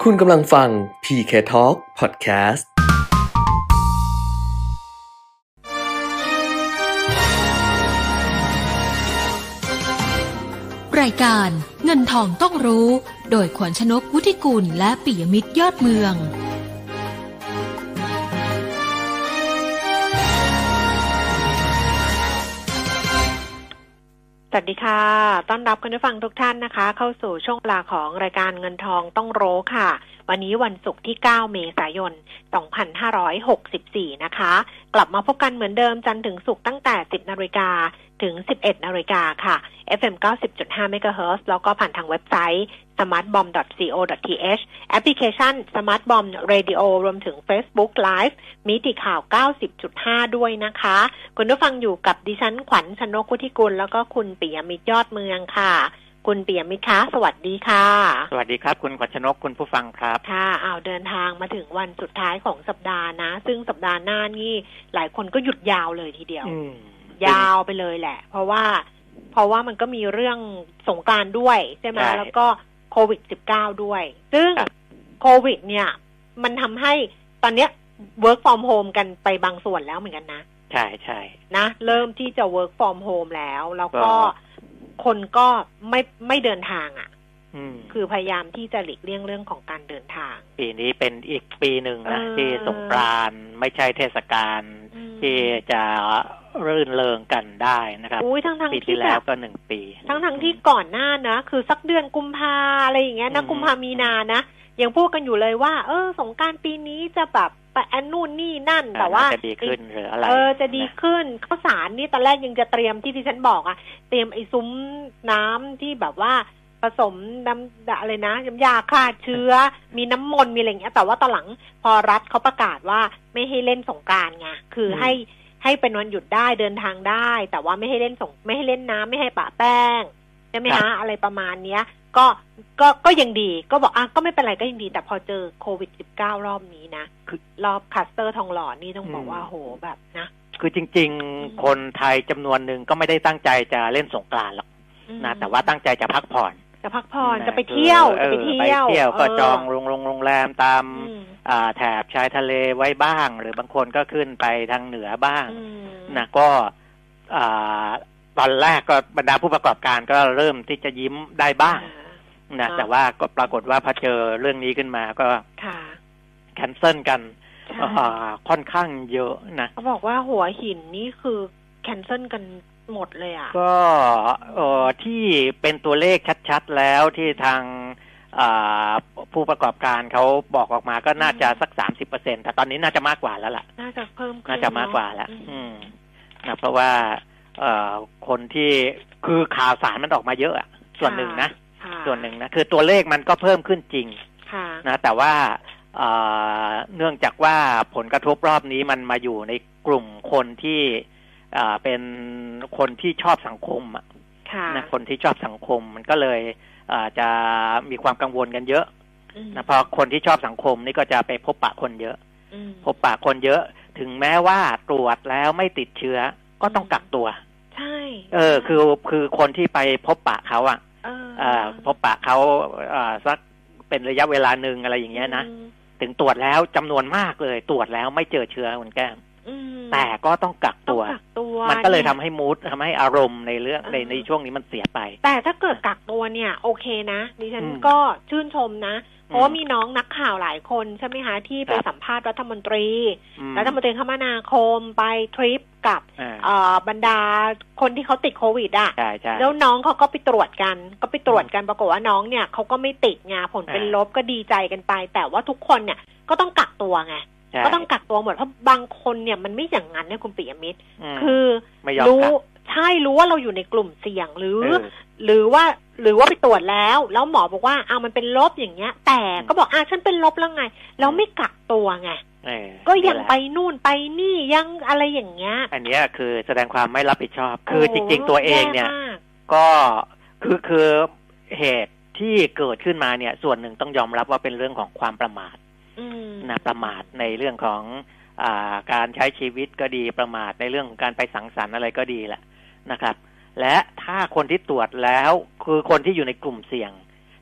คุณกำลังฟัง PK Talk Podcast รายการเงินทองต้องรู้โดยขวัญชนก วุฒิกุลและปิยมิตรยอดเมืองสวัสดีค่ะต้อนรับคุณผู้ฟังทุกท่านนะคะเข้าสู่ช่วงเวลาของรายการเงินทองต้องรู้ค่ะวันนี้วันศุกร์ที่9เมษายน2564นะคะกลับมาพบกันเหมือนเดิมจันทร์ถึงศุกร์ตั้งแต่ 10:00 นถึง 11:00 นค่ะ FM 90.5 MHz แล้วก็ผ่านทางเว็บไซต์ smartbomb.co.th แอปพลิเคชัน smartbomb radio รวมถึง Facebook Live มิติข่าว 90.5 ด้วยนะคะคุณผู้ฟังอยู่กับดิฉันขวัญชนก วุฒิกุลแล้วก็คุณปิยมิตรยอดเมืองค่ะคุณปิยมิตรคะสวัสดีค่ะสวัสดีครับคุณขวัญชนกคุณผู้ฟังครับค่ะเดินทางมาถึงวันสุดท้ายของสัปดาห์นะซึ่งสัปดาห์หน้านี่หลายคนก็หยุดยาวเลยทีเดียวยาวไปเลยแหละเพราะว่ามันก็มีเรื่องสงกรานต์ด้วยใช่ไหมแล้วก็โควิด-19 ด้วยซึ่งโควิดเนี่ยมันทำให้ตอนเนี้ย work from home กันไปบางส่วนแล้วเหมือนกันนะใช่ๆนะเริ่มที่จะ work from home แล้วก็คนก็ไม่เดินทางคือพยายามที่จะหลีกเลี่ยงเรื่องของการเดินทางปีนี้เป็นอีกปีหนึ่งนะที่สงกรานต์ไม่ใช่เทศกาลที่จะรื่นเริงกันได้นะครับปีที่แล้วก็1ปีทั้งที่ก่อนหน้านะคือสักเดือนกุมภาอะไรอย่างเงี้ยนะกุมภามีนานะยังพูดกันอยู่เลยว่าสงกรานต์ปีนี้จะแบบนู่นนี่นั่นแต่ว่าจะดีขึ้นหรืออะไรจะดีขึ้นข้าวสารนี่ตอนแรกยังจะเตรียมที่ฉันบอกเตรียมไอ้ซุ้มน้ำที่แบบว่าผสมน้ำอะไรนะน้ำยาฆ่าเชื้อมีน้ำมนต์มีอะไรอย่างเงี้ยแต่ว่าตอนหลังพอรัฐเขาประกาศว่าไม่ให้เล่นสงกรานต์ไงคือให้เป็นวันหยุดได้เดินทางได้แต่ว่าไม่ให้เล่นน้ำไม่ให้ปะแป้งใช่ไหมฮะอะไรประมาณเนี้ยก็ยังดีก็บอกก็ไม่เป็นไรก็ยังดีแต่พอเจอโควิด-19 รอบนี้นะรอบคลัสเตอร์ทองหล่อนี่ต้องบอกว่าโหแบบนะคือจริงๆคนไทยจำนวนหนึ่งก็ไม่ได้ตั้งใจจะเล่นสงกรานต์หรอกนะแต่ว่าตั้งใจจะพักผ่อนจะไปเที่ยวก็จองโรงแรมตามแถบชายทะเลไว้บ้างหรือบางคนก็ขึ้นไปทางเหนือบ้างนะก็ตอนแรกก็บรรดาผู้ประกอบการก็เริ่มที่จะยิ้มได้บ้างนะแต่ว่าก็ปรากฏว่าพอเจอเรื่องนี้ขึ้นมาก็แคนเซิลกันค่อนข้างเยอะนะเขาบอกว่าหัวหินนี่คือแคนเซิลกันหมดเลยก็ที่เป็นตัวเลขชัดๆแล้วที่ทางผู้ประกอบการเขาบอกออกมาก็น่าจะสัก 30% แต่ตอนนี้น่าจะมากกว่าแล้วล่ะน่าจะเพิ่มขึ้นน่าจะมากกว่าแล้วนะเพราะว่าคนที่คือข่าวสารมันออกมาเยอะส่วนหนึ่งนะคือตัวเลขมันก็เพิ่มขึ้นจริงนะแต่ว่าเนื่องจากว่าผลกระทบรอบนี้มันมาอยู่ในกลุ่มคนที่เป็นคนที่ชอบสังคมนะคนที่ชอบสังคมมันก็เลยจะมีความกังวลกันเยอะนะพอคนที่ชอบสังคมนี่ก็จะไปพบปะคนเยอะพบปะคนเยอะถึงแม้ว่าตรวจแล้วไม่ติดเชื้อก็ต้องกักตัวใช่คือคนที่ไปพบปะเขาพบปะเขาสักเป็นระยะเวลาหนึ่งอะไรอย่างเงี้ยนะถึงตรวจแล้วจำนวนมากเลยตรวจแล้วไม่เจอเชื้อคุณแก้มแต่ก็ต้องกักตัวมันก็เลยทำให้มูดทำให้อารมณ์ในเรื่องในช่วงนี้มันเสียไปแต่ถ้าเกิดกักตัวเนี่ยโอเคนะดิฉันก็ชื่นชมนะเพราะว่ามีน้องนักข่าวหลายคนใช่ไหมคะที่ไปสัมภาษณ์รัฐมนตรีคมนาคมไปทริปกับบรรดาคนที่เขาติดโควิดแล้วน้องเขาก็ไปตรวจกันปรากฏว่าน้องเนี่ยเขาก็ไม่ติดไงผลเป็นลบก็ดีใจกันไปแต่ว่าทุกคนเนี่ยก็ต้องกักตัวไงก็ต้องกักตัวหมดเพราะบางคนเนี่ยมันไม่อย่างนั้นนะคุณปิยมิตรคือรู้ว่าเราอยู่ในกลุ่มเสี่ยงหรือว่าไปตรวจแล้วหมอบอกว่ามันเป็นลบอย่างเงี้ยแต่ก็บอกฉันเป็นลบแล้วไงแล้วไม่กักตัวไงก็ยังไปนู่นไปนี่ยังอะไรอย่างเงี้ยอันนี้คือแสดงความไม่รับผิดชอบคือจริงๆตัวเองเนี่ยก็คือเหตุที่เกิดขึ้นมาเนี่ยส่วนหนึ่งต้องยอมรับว่าเป็นเรื่องของความประมาทนะประมาทในเรื่องของการใช้ชีวิตก็ดีประมาทในเรื่องของการไปสังสรรค์อะไรก็ดีแหละนะครับและถ้าคนที่ตรวจแล้วคือคนที่อยู่ในกลุ่มเสี่ยง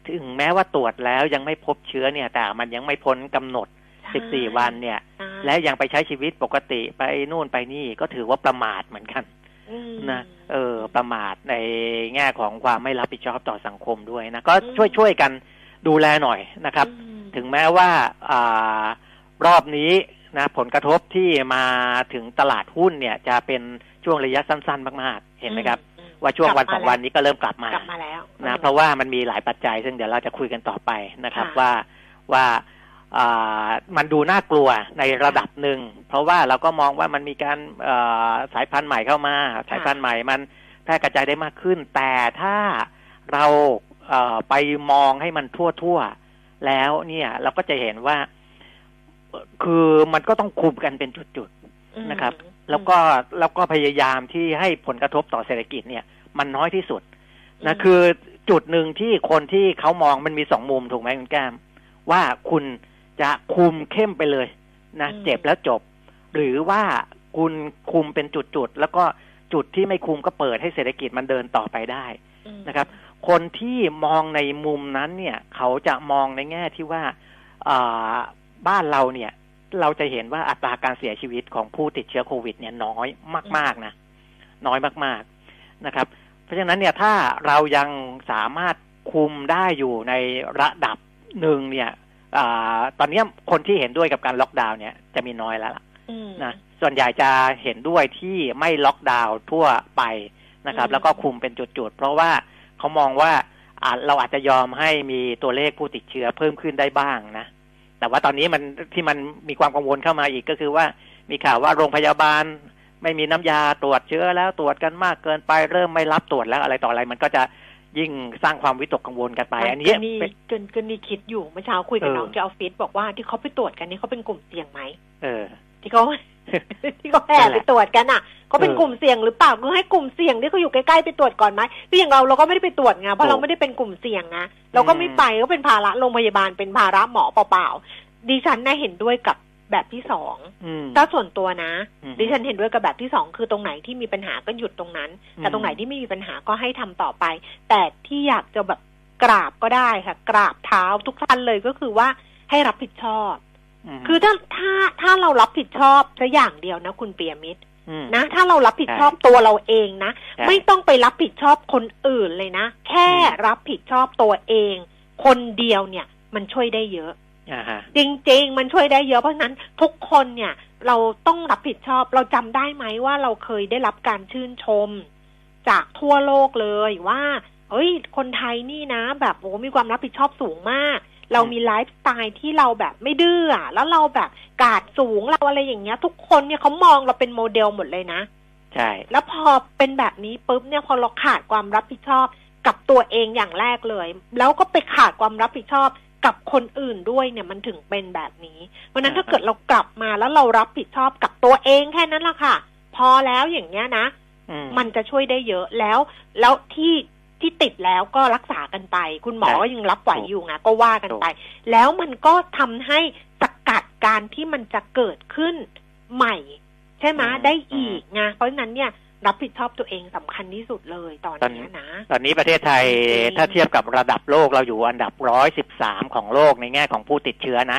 ถึงแม้ว่าตรวจแล้วยังไม่พบเชื้อเนี่ยแต่มันยังไม่พ้นกำหนด14 วันเนี่ยและยังไปใช้ชีวิตปกติไปนู่นไปนี่ก็ถือว่าประมาทเหมือนกันนะประมาทในแง่ของความไม่รับผิดชอบต่อสังคมด้วยนะก็ช่วยกันดูแลหน่อยนะครับถึงแม้ว่ารอบนี้นะผลกระทบที่มาถึงตลาดหุ้นเนี่ยจะเป็นช่วงระยะสั้นๆมากๆเห็นไหมครับว่าช่วงวัน2 วันนี้ก็เริ่มกลับมาแล้วนะเพราะว่ามันมีหลายปัจจัยซึ่งเดี๋ยวเราจะคุยกันต่อไปนะครับว่ามันดูน่ากลัวในระดับหนึ่งเพราะว่าเราก็มองว่ามันมีการสายพันธุ์ใหม่เข้ามาสายพันธุ์ใหม่มันแพร่กระจายได้มากขึ้นแต่ถ้าเราไปมองให้มันทั่วๆแล้วเนี่ยเราก็จะเห็นว่าคือมันก็ต้องคุมกันเป็นจุดๆนะครับแล้วก็พยายามที่ให้ผลกระทบต่อเศรษฐกิจเนี่ยมันน้อยที่สุดนะคือจุดหนึ่งที่คนที่เขามองมันมี2 มุมถูกไหมคุณแก้มว่าคุณจะคุมเข้มไปเลยนะเจ็บแล้วจบหรือว่าคุณคุมเป็นจุดๆแล้วก็จุดที่ไม่คุมก็เปิดให้เศรษฐกิจมันเดินต่อไปได้นะครับคนที่มองในมุมนั้นเนี่ยเขาจะมองในแง่ที่ว่าบ้านเราเนี่ยเราจะเห็นว่าอัตราการเสียชีวิตของผู้ติดเชื้อโควิดเนี่ยน้อยมากๆนะน้อยมากๆนะครับเพราะฉะนั้นเนี่ยถ้าเรายังสามารถคุมได้อยู่ในระดับหนึ่งเนี่ยตอนนี้คนที่เห็นด้วยกับการล็อกดาวน์เนี่ยจะมีน้อยแล้วล่ะนะส่วนใหญ่จะเห็นด้วยที่ไม่ล็อกดาวน์ทั่วไปนะครับแล้วก็คุมเป็นจุดๆเพราะว่าเขามองว่าเราอาจจะยอมให้มีตัวเลขผู้ติดเชื้อเพิ่มขึ้นได้บ้างนะแต่ว่าตอนนี้มันที่มันมีความกังวลเข้ามาอีกก็คือว่ามีข่าวว่าโรงพยาบาลไม่มีน้ำยาตรวจเชื้อแล้วตรวจกันมากเกินไปเริ่มไม่รับตรวจแล้วอะไรต่ออะไรมันก็จะยิ่งสร้างความวิตกกังวลกันไปอันนี้ก็นี่คิดอยู่เมื่อเช้าคุยกับน้องที่ออฟฟิศบอกว่าที่เขาไปตรวจกันนี่เขาเป็นกลุ่มเสี่ยงไหมที่เขาแห่ไปตรวจกันอ่ะเขาเป็นกลุ่มเสี่ยงหรือเปล่าคือให้กลุ่มเสี่ยงที่เขาอยู่ใกล้ๆไปตรวจก่อนไหมที่อย่างเราก็ไม่ได้ไปตรวจไงเพราะเราไม่ได้เป็นกลุ่มเสี่ยงนะเราก็ไม่ไปก็เป็นภาระโรงพยาบาลเป็นภาระหมอเปล่าๆดิฉันน่ะเห็นด้วยกับแบบที่2ถ้าส่วนตัวนะดิฉันเห็นด้วยกับแบบที่2คือตรงไหนที่มีปัญหาก็หยุดตรงนั้นแต่ตรงไหนที่ไม่มีปัญหาก็ให้ทำต่อไปแต่ที่อยากจะแบบกราบก็ได้ค่ะกราบเท้าทุกท่านเลยก็คือว่าให้รับผิดชอบคือถ้าเรารับผิดชอบสักอย่างเดียวนะคุณเปียมิตรนะถ้าเรารับผิดชอบตัวเราเองนะไม่ต้องไปรับผิดชอบคนอื่นเลยนะแค่รับผิดชอบตัวเองคนเดียวเนี่ยมันช่วยได้เยอะจริงๆมันช่วยได้เยอะเพราะฉะนั้นทุกคนเนี่ยเราต้องรับผิดชอบเราจำได้ไหมว่าเราเคยได้รับการชื่นชมจากทั่วโลกเลยว่าเฮ้ยคนไทยนี่นะแบบโอ้มีความรับผิดชอบสูงมากเรามีไลฟ์สไตล์ที่เราแบบไม่ดื้อแล้วเราแบบกาดสูงเราอะไรอย่างเงี้ยทุกคนเนี่ยเขามองเราเป็นโมเดลหมดเลยนะใช่แล้วพอเป็นแบบนี้ปุ๊บเนี่ยพอเราขาดความรับผิดชอบกับตัวเองอย่างแรกเลยแล้วก็ไปขาดความรับผิดชอบกับคนอื่นด้วยเนี่ยมันถึงเป็นแบบนี้เพราะนั้นถ้าเกิดเรากลับมาแล้วเรารับผิดชอบกับตัวเองแค่นั้นแหละค่ะพอแล้วอย่างเงี้ยนะมันจะช่วยได้เยอะแล้วที่ติดแล้วก็รักษากันไปคุณหมอก็ยังรับไหวอยู่ไงก็ว่ากันไปแล้วมันก็ทำให้สกัดการที่มันจะเกิดขึ้นใหม่ใช่ไหมได้อีกไงเพราะฉะนั้นเนี่ยรับผิดชอบตัวเองสำคัญที่สุดเลยตอนนี้นะตอนนี้ประเทศไทยถ้าเทียบกับระดับโลกเราอยู่อันดับ113ของโลกในแง่ของผู้ติดเชื้อนะ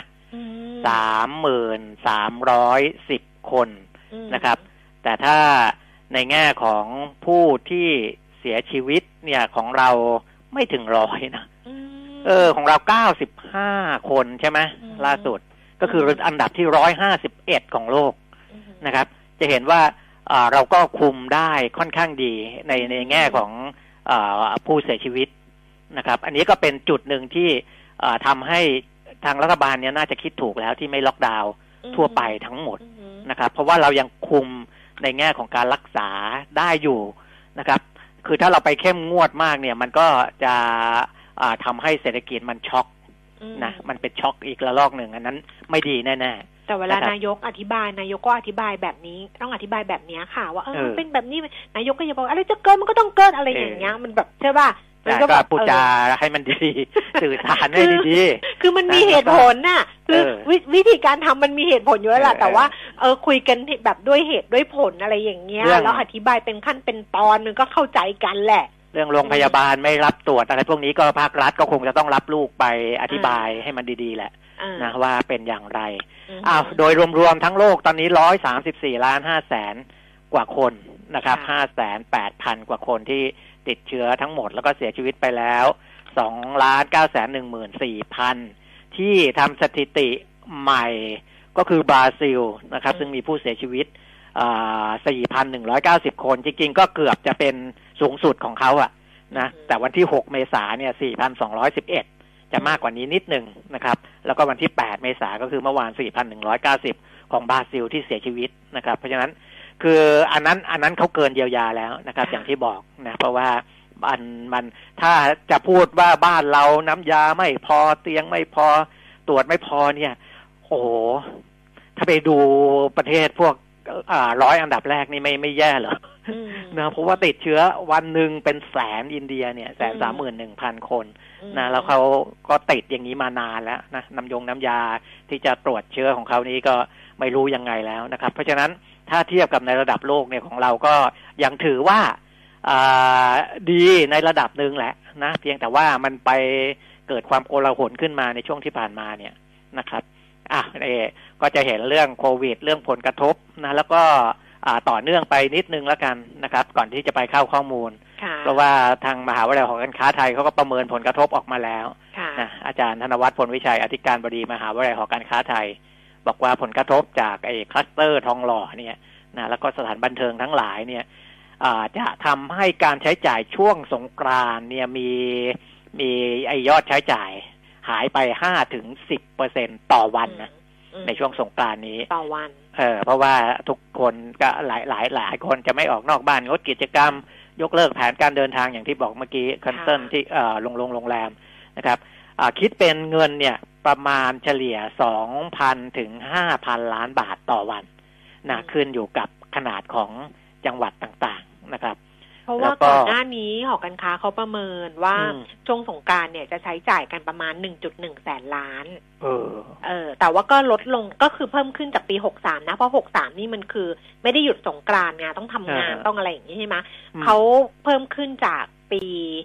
33,310 คนนะครับแต่ถ้าในแง่ของผู้ที่เสียชีวิตเนี่ยของเราไม่ถึง100นะของเรา95คนใช่ไหมล่าสุดก็คืออันดับที่151ของโลกนะครับจะเห็นว่าเราก็คุมได้ค่อนข้างดีในแง่ของผู้เสียชีวิตนะครับอันนี้ก็เป็นจุดหนึ่งที่ทำให้ทางรัฐบาลเนี่ยน่าจะคิดถูกแล้วที่ไม่ล็อกดาวน์ทั่วไปทั้งหมดนะครับเพราะว่าเรายังคุมในแง่ของการรักษาได้อยู่นะครับคือถ้าเราไปเข้มงวดมากเนี่ยมันก็จะทำให้เศรษฐกิจมันช็อกนะมันเป็นช็อกอีกระลอกหนึ่งอันนั้นไม่ดีแน่ๆแต่เวลานายกอธิบายนายกก็อธิบายแบบนี้ต้องอธิบายแบบนี้ค่ะว่าเป็นแบบนี้นายกก็อย่าบอกอะไรจะเกินมันก็ต้องเกินอะไรอย่างเงี้ยมันแบบใช่ป่ะมันก็พูดจาให้มันดีสื่อสารให้ดีคือมันมีเหตุผลน่ะคือวิธีการทำมันมีเหตุผลอยู่แล้วแหละแต่ว่าคุยกันแบบด้วยเหตุด้วยผลอะไรอย่างเงี้ยแล้วอธิบายเป็นขั้นเป็นตอนมันก็เข้าใจกันแหละเรื่องโรงพยาบาลไม่รับตรวจอะไรพวกนี้ก็ภาครัฐก็คงจะต้องรับลูกไปอธิบายให้มันดีๆแหละนะว่าเป็นอย่างไรโดยรวมๆทั้งโลกตอนนี้134,500,000 กว่าคนนะครับ508,000 กว่าคนที่ติดเชื้อทั้งหมดแล้วก็เสียชีวิตไปแล้ว2,914,000 ที่ทำสถิติใหม่ก็คือบราซิลนะครับซึ่งมีผู้เสียชีวิต4,190 คนจริงๆก็เกือบจะเป็นสูงสุดของเขาอะนะแต่วันที่6เมษายนเนี่ย4,211จะมากกว่านี้นิดนึงนะครับแล้วก็วันที่8เมษายนก็คือเมื่อวาน4,190ของบราซิลที่เสียชีวิตนะครับเพราะฉะนั้นคืออันนั้นเขาเกินเยียวยาแล้วนะครับอย่างที่บอกนะเพราะว่ามันถ้าจะพูดว่าบ้านเราน้ำยาไม่พอเตียงไม่พอตรวจไม่พอเนี่ยโอ้โหถ้าไปดูประเทศพวก100 อันดับแรกนี่ไม่แย่เหรอนะเพราะว่าติดเชื้อวันหนึ่งเป็นแสนอินเดียเนี่ย131,000 คนนะแล้วเขาก็ติดอย่างนี้มานานแล้วนะน้ำยาที่จะตรวจเชื้อของเขานี้ก็ไม่รู้ยังไงแล้วนะครับเพราะฉะนั้นถ้าเทียบกับในระดับโลกเนี่ยของเราก็ยังถือว่าดีในระดับหนึ่งแหละนะเพียงแต่ว่ามันไปเกิดความโกลาหลขึ้นมาในช่วงที่ผ่านมาเนี่ยนะครับก็จะเห็นเรื่องโควิดเรื่องผลกระทบนะแล้วก็ต่อเนื่องไปนิดนึงแล้วกันนะครับก่อนที่จะไปเข้าข้อมูลเพราะว่าทางมหาวิทยาลัยหอการค้าไทยเขาก็ประเมินผลกระทบออกมาแล้วนะอาจารย์ธนวัฒน์พลวิชัยอธิการบดีมหาวิทยาลัยหอการค้าไทยบอกว่าผลกระทบจากคลัสเตอร์ทองหล่อเนี่ยนะแล้วก็สถานบันเทิงทั้งหลายเนี่ยจะทำให้การใช้จ่ายช่วงสงกรานต์เนี่ยมียอดใช้จ่ายหายไป 5-10% ต่อวันนะในช่วงสงกรานต์นี้ต่อวันเพราะว่าทุกคนก็หลายคนจะไม่ออกนอกบ้านงดกิจกรรมยกเลิกแผนการเดินทางอย่างที่บอกเมื่อกี้คันเซิลที่โรงแรมนะครับคิดเป็นเงินเนี่ยประมาณเฉลี่ย 2,000 ถึง 5,000 ล้านบาทต่อวันนะขึ้นอยู่กับขนาดของจังหวัดต่างๆนะครับเพราะว่าก่อนหน้านี้หอการค้าเขาประเมินว่าช่วงสงกรานต์เนี่ยจะใช้จ่ายกันประมาณ 1.1 แสนล้านแต่ว่าก็ลดลงก็คือเพิ่มขึ้นจากปี63นะเพราะ63นี่มันคือไม่ได้หยุดสงกรานต์ไงต้องทำงานต้องอะไรอย่างนี้ใช่ไหมเขาเพิ่มขึ้นจากปี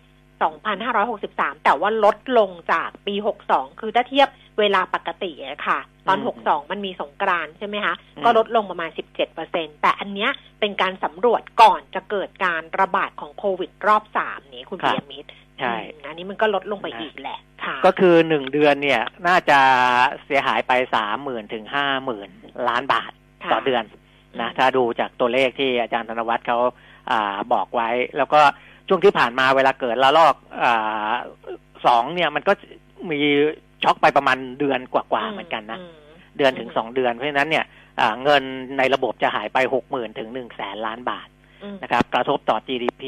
2563แต่ว่าลดลงจากปี62คือถ้าเทียบเวลาปกติอะค่ะตอน62มันมีสงกรานต์ใช่ไหมคะก็ลดลงประมาณ 17% แต่อันเนี้ยเป็นการสำรวจก่อนจะเกิดการระบาดของโควิดรอบ3นี้คุณปิยมิตรใช่อันนี้มันก็ลดลงไปอีกแหละค่ะก็คือ1เดือนเนี่ยน่าจะเสียหายไป 30,000 ถึง 50,000 ล้านบาทต่อเดือนนะถ้าดูจากตัวเลขที่อาจารย์ธนวัฒน์เขาบอกไว้แล้วก็ช่วงที่ผ่านมาเวลาเกิดระลอก2เนี่ยมันก็มีช็อกไปประมาณเดือนกว่าๆเหมือนกันนะเดือนถึง2เดือนเพราะฉะนั้นเนี่ยเงินในระบบจะหายไป 60,000 ถึง 100,000 ล้านบาทนะครับกระทบต่อ GDP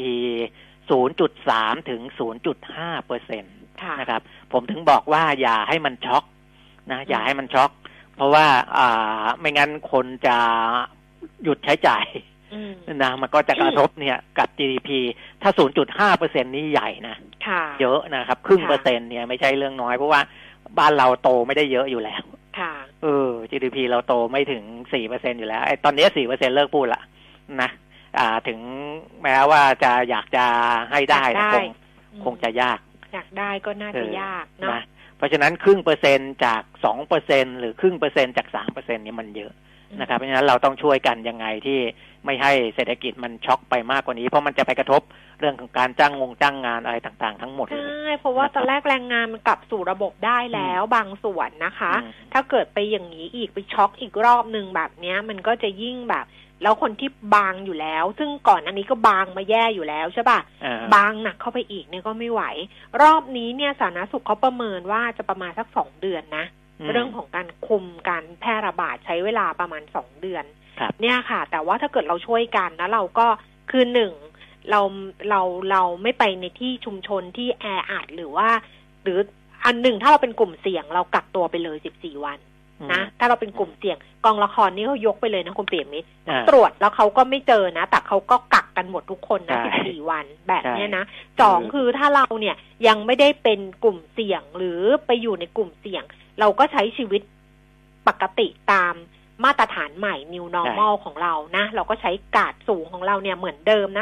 0.3 ถึง 0.5% นะครับผมถึงบอกว่าอย่าให้มันช็อกนะอย่าให้มันช็อกเพราะว่าไม่งั้นคนจะหยุดใช้จ่ายนะมันก็จะกระทบเนี่ยกับ GDP ถ้า 0.5% นี่ใหญ่นะเยอะนะครับครึ่งเปอร์เซ็นต์เนี่ยไม่ใช่เรื่องน้อยเพราะว่าบ้านเราโตไม่ได้เยอะอยู่แล้วGDP เราโตไม่ถึง 4% อยู่แล้วไอ้ตอนนี้ 4% เลิกพูดละนะถึงแม้ว่าอยากจะให้ได้นะคงจะยากอยากได้ก็น่าจะยากนะเพราะฉะนั้นครึ่งเปอร์เซ็นต์จาก 2% หรือครึ่งเปอร์เซ็นต์จาก 3% เนี่ยมันเยอะนะครับเพราะฉะนั้นเราต้องช่วยกันยังไงที่ไม่ให้เศรษฐกิจมันช็อกไปมากกว่านี้เพราะมันจะไปกระทบเรื่องของการจ้างงานอะไรต่างๆทั้งหมดใช่เพราะว่าตอนแรกแรงงานมันกลับสู่ระบบได้แล้วบางส่วนนะคะถ้าเกิดไปอย่างนี้อีกไปช็อกอีกรอบนึงแบบนี้มันก็จะยิ่งแบบแล้วคนที่บางอยู่แล้วซึ่งก่อนอันนี้ก็บางมาแย่อยู่แล้วใช่ป่ะบางหนักเข้าไปอีกเนี่ยก็ไม่ไหวรอบนี้เนี่ยสาธารณสุขเขาประเมินว่าจะประมาณสัก2เดือนนะเรื่องของการคุมการแพร่ระบาดใช้เวลาประมาณ2เดือนเนี่ยค่ะแต่ว่าถ้าเกิดเราช่วยกันแล้วเราก็คือ1เราไม่ไปในที่ชุมชนที่แออัดหรืออันหนึ่งถ้าเราเป็นกลุ่มเสี่ยงเรากักตัวไปเลย14วันนะถ้าเราเป็นกลุ่มเสี่ยงกองละครนี่เขายกไปเลยนะคุณเปี่ยมมิตรตรวจแล้วเขาก็ไม่เจอนะแต่เขาก็กักกันหมดทุกคนนะ14วันแบบนี้นะ2คือถ้าเราเนี่ยยังไม่ได้เป็นกลุ่มเสี่ยงหรือไปอยู่ในกลุ่มเสี่ยงเราก็ใช้ชีวิตปกติตามมาตรฐานใหม่ New Normal ของเรานะเราก็ใช้การ์ดสูงของเราเนี่ยเหมือนเดิมนะคะ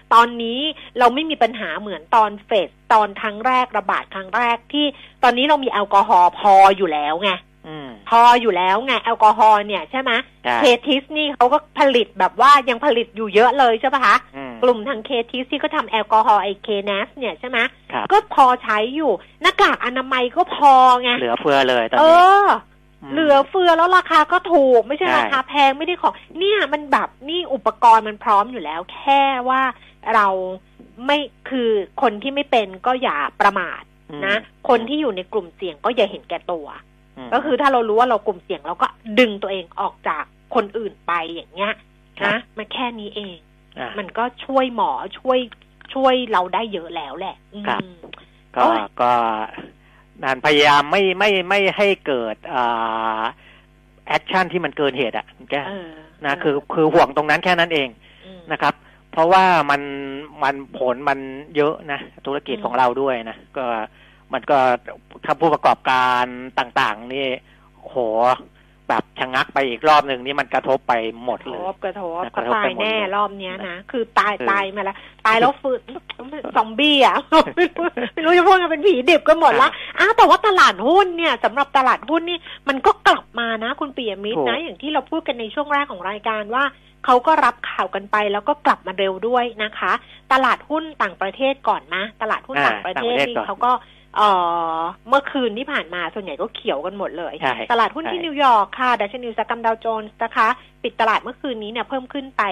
ตอนนี้เราไม่มีปัญหาเหมือนตอนเฟสตอนครั้งแรกระบาดครั้งแรกที่ตอนนี้เรามีแอลกอฮอล์พออยู่แล้วไงพออยู่แล้วไงแอลกอฮอล์เนี่ยใช่ไหมเคทิสนี่เขาก็ผลิตแบบว่ายังผลิตอยู่เยอะเลยใช่ปะคะกลุ่มทางเคทิสที่ก็ทำแอลกอฮอล์ไอเคเนสเนี่ยใช่ไหมก็พอใช้อยู่หน้ากากอนามัยก็พอไงเหลือเฟือเลยตอนนี้เหลือเฟือแล้วราคาก็ถูกไม่ใช่ราคาแพงไม่ได้ของเนี่ยมันแบบนี่อุปกรณ์มันพร้อมอยู่แล้วแค่ว่าเราไม่คือคนที่ไม่เป็นก็อย่าประมาทนะคนที่อยู่ในกลุ่มเสี่ยงก็อย่าเห็นแก่ตัวก็คือถ้าเรารู้ว่าเรากลุ่มเสี่ยงเราก็ดึงตัวเองออกจากคนอื่นไปอย่างเงี้ยนะมันแค่นี้เองมันก็ช่วยหมอช่วยเราได้เยอะแล้วแหละก็นานพยายามไม่ให้เกิดแอคชั่นที่มันเกินเหตุอ่ะแกนะคือห่วงตรงนั้นแค่นั้นเองนะครับเพราะว่ามันผลมันเยอะนะธุรกิจของเราด้วยนะก็มันก็ถ้าผู้ประกอบการต่างๆนี่โหแบบชะงักไปอีกรอบหนึ่งนี่มันกระทบไปหมดเลยกระทบตายแน่รอบนี้นะคือตายมาแล้วตายแล้วฟื้นซอมบี้อ่ะไม่รู้จะพูดกันเป็นผีดิบก็หมดละแต่ว่าตลาดหุ้นเนี่ยสำหรับตลาดหุ้นนี่มันก็กลับมานะคุณปิยมิตรนะอย่างที่เราพูดกันในช่วงแรกของรายการว่าเขาก็รับข่าวกันไปแล้วก็กลับมาเร็วด้วยนะคะตลาดหุ้นต่างประเทศก่อนนะตลาดหุ้นต่างประเทศนี่เขาก็เมื่อคืนที่ผ่านมาส่วนใหญ่ก็เขียวกันหมดเลยตลาดหุ้นที่นิวยอร์กค่ะดัชนีอุตสาหกรรมดาวโจนส์นะคะปิดตลาดเมื่อคืนนี้เนี่ยเพิ่มขึ้นไป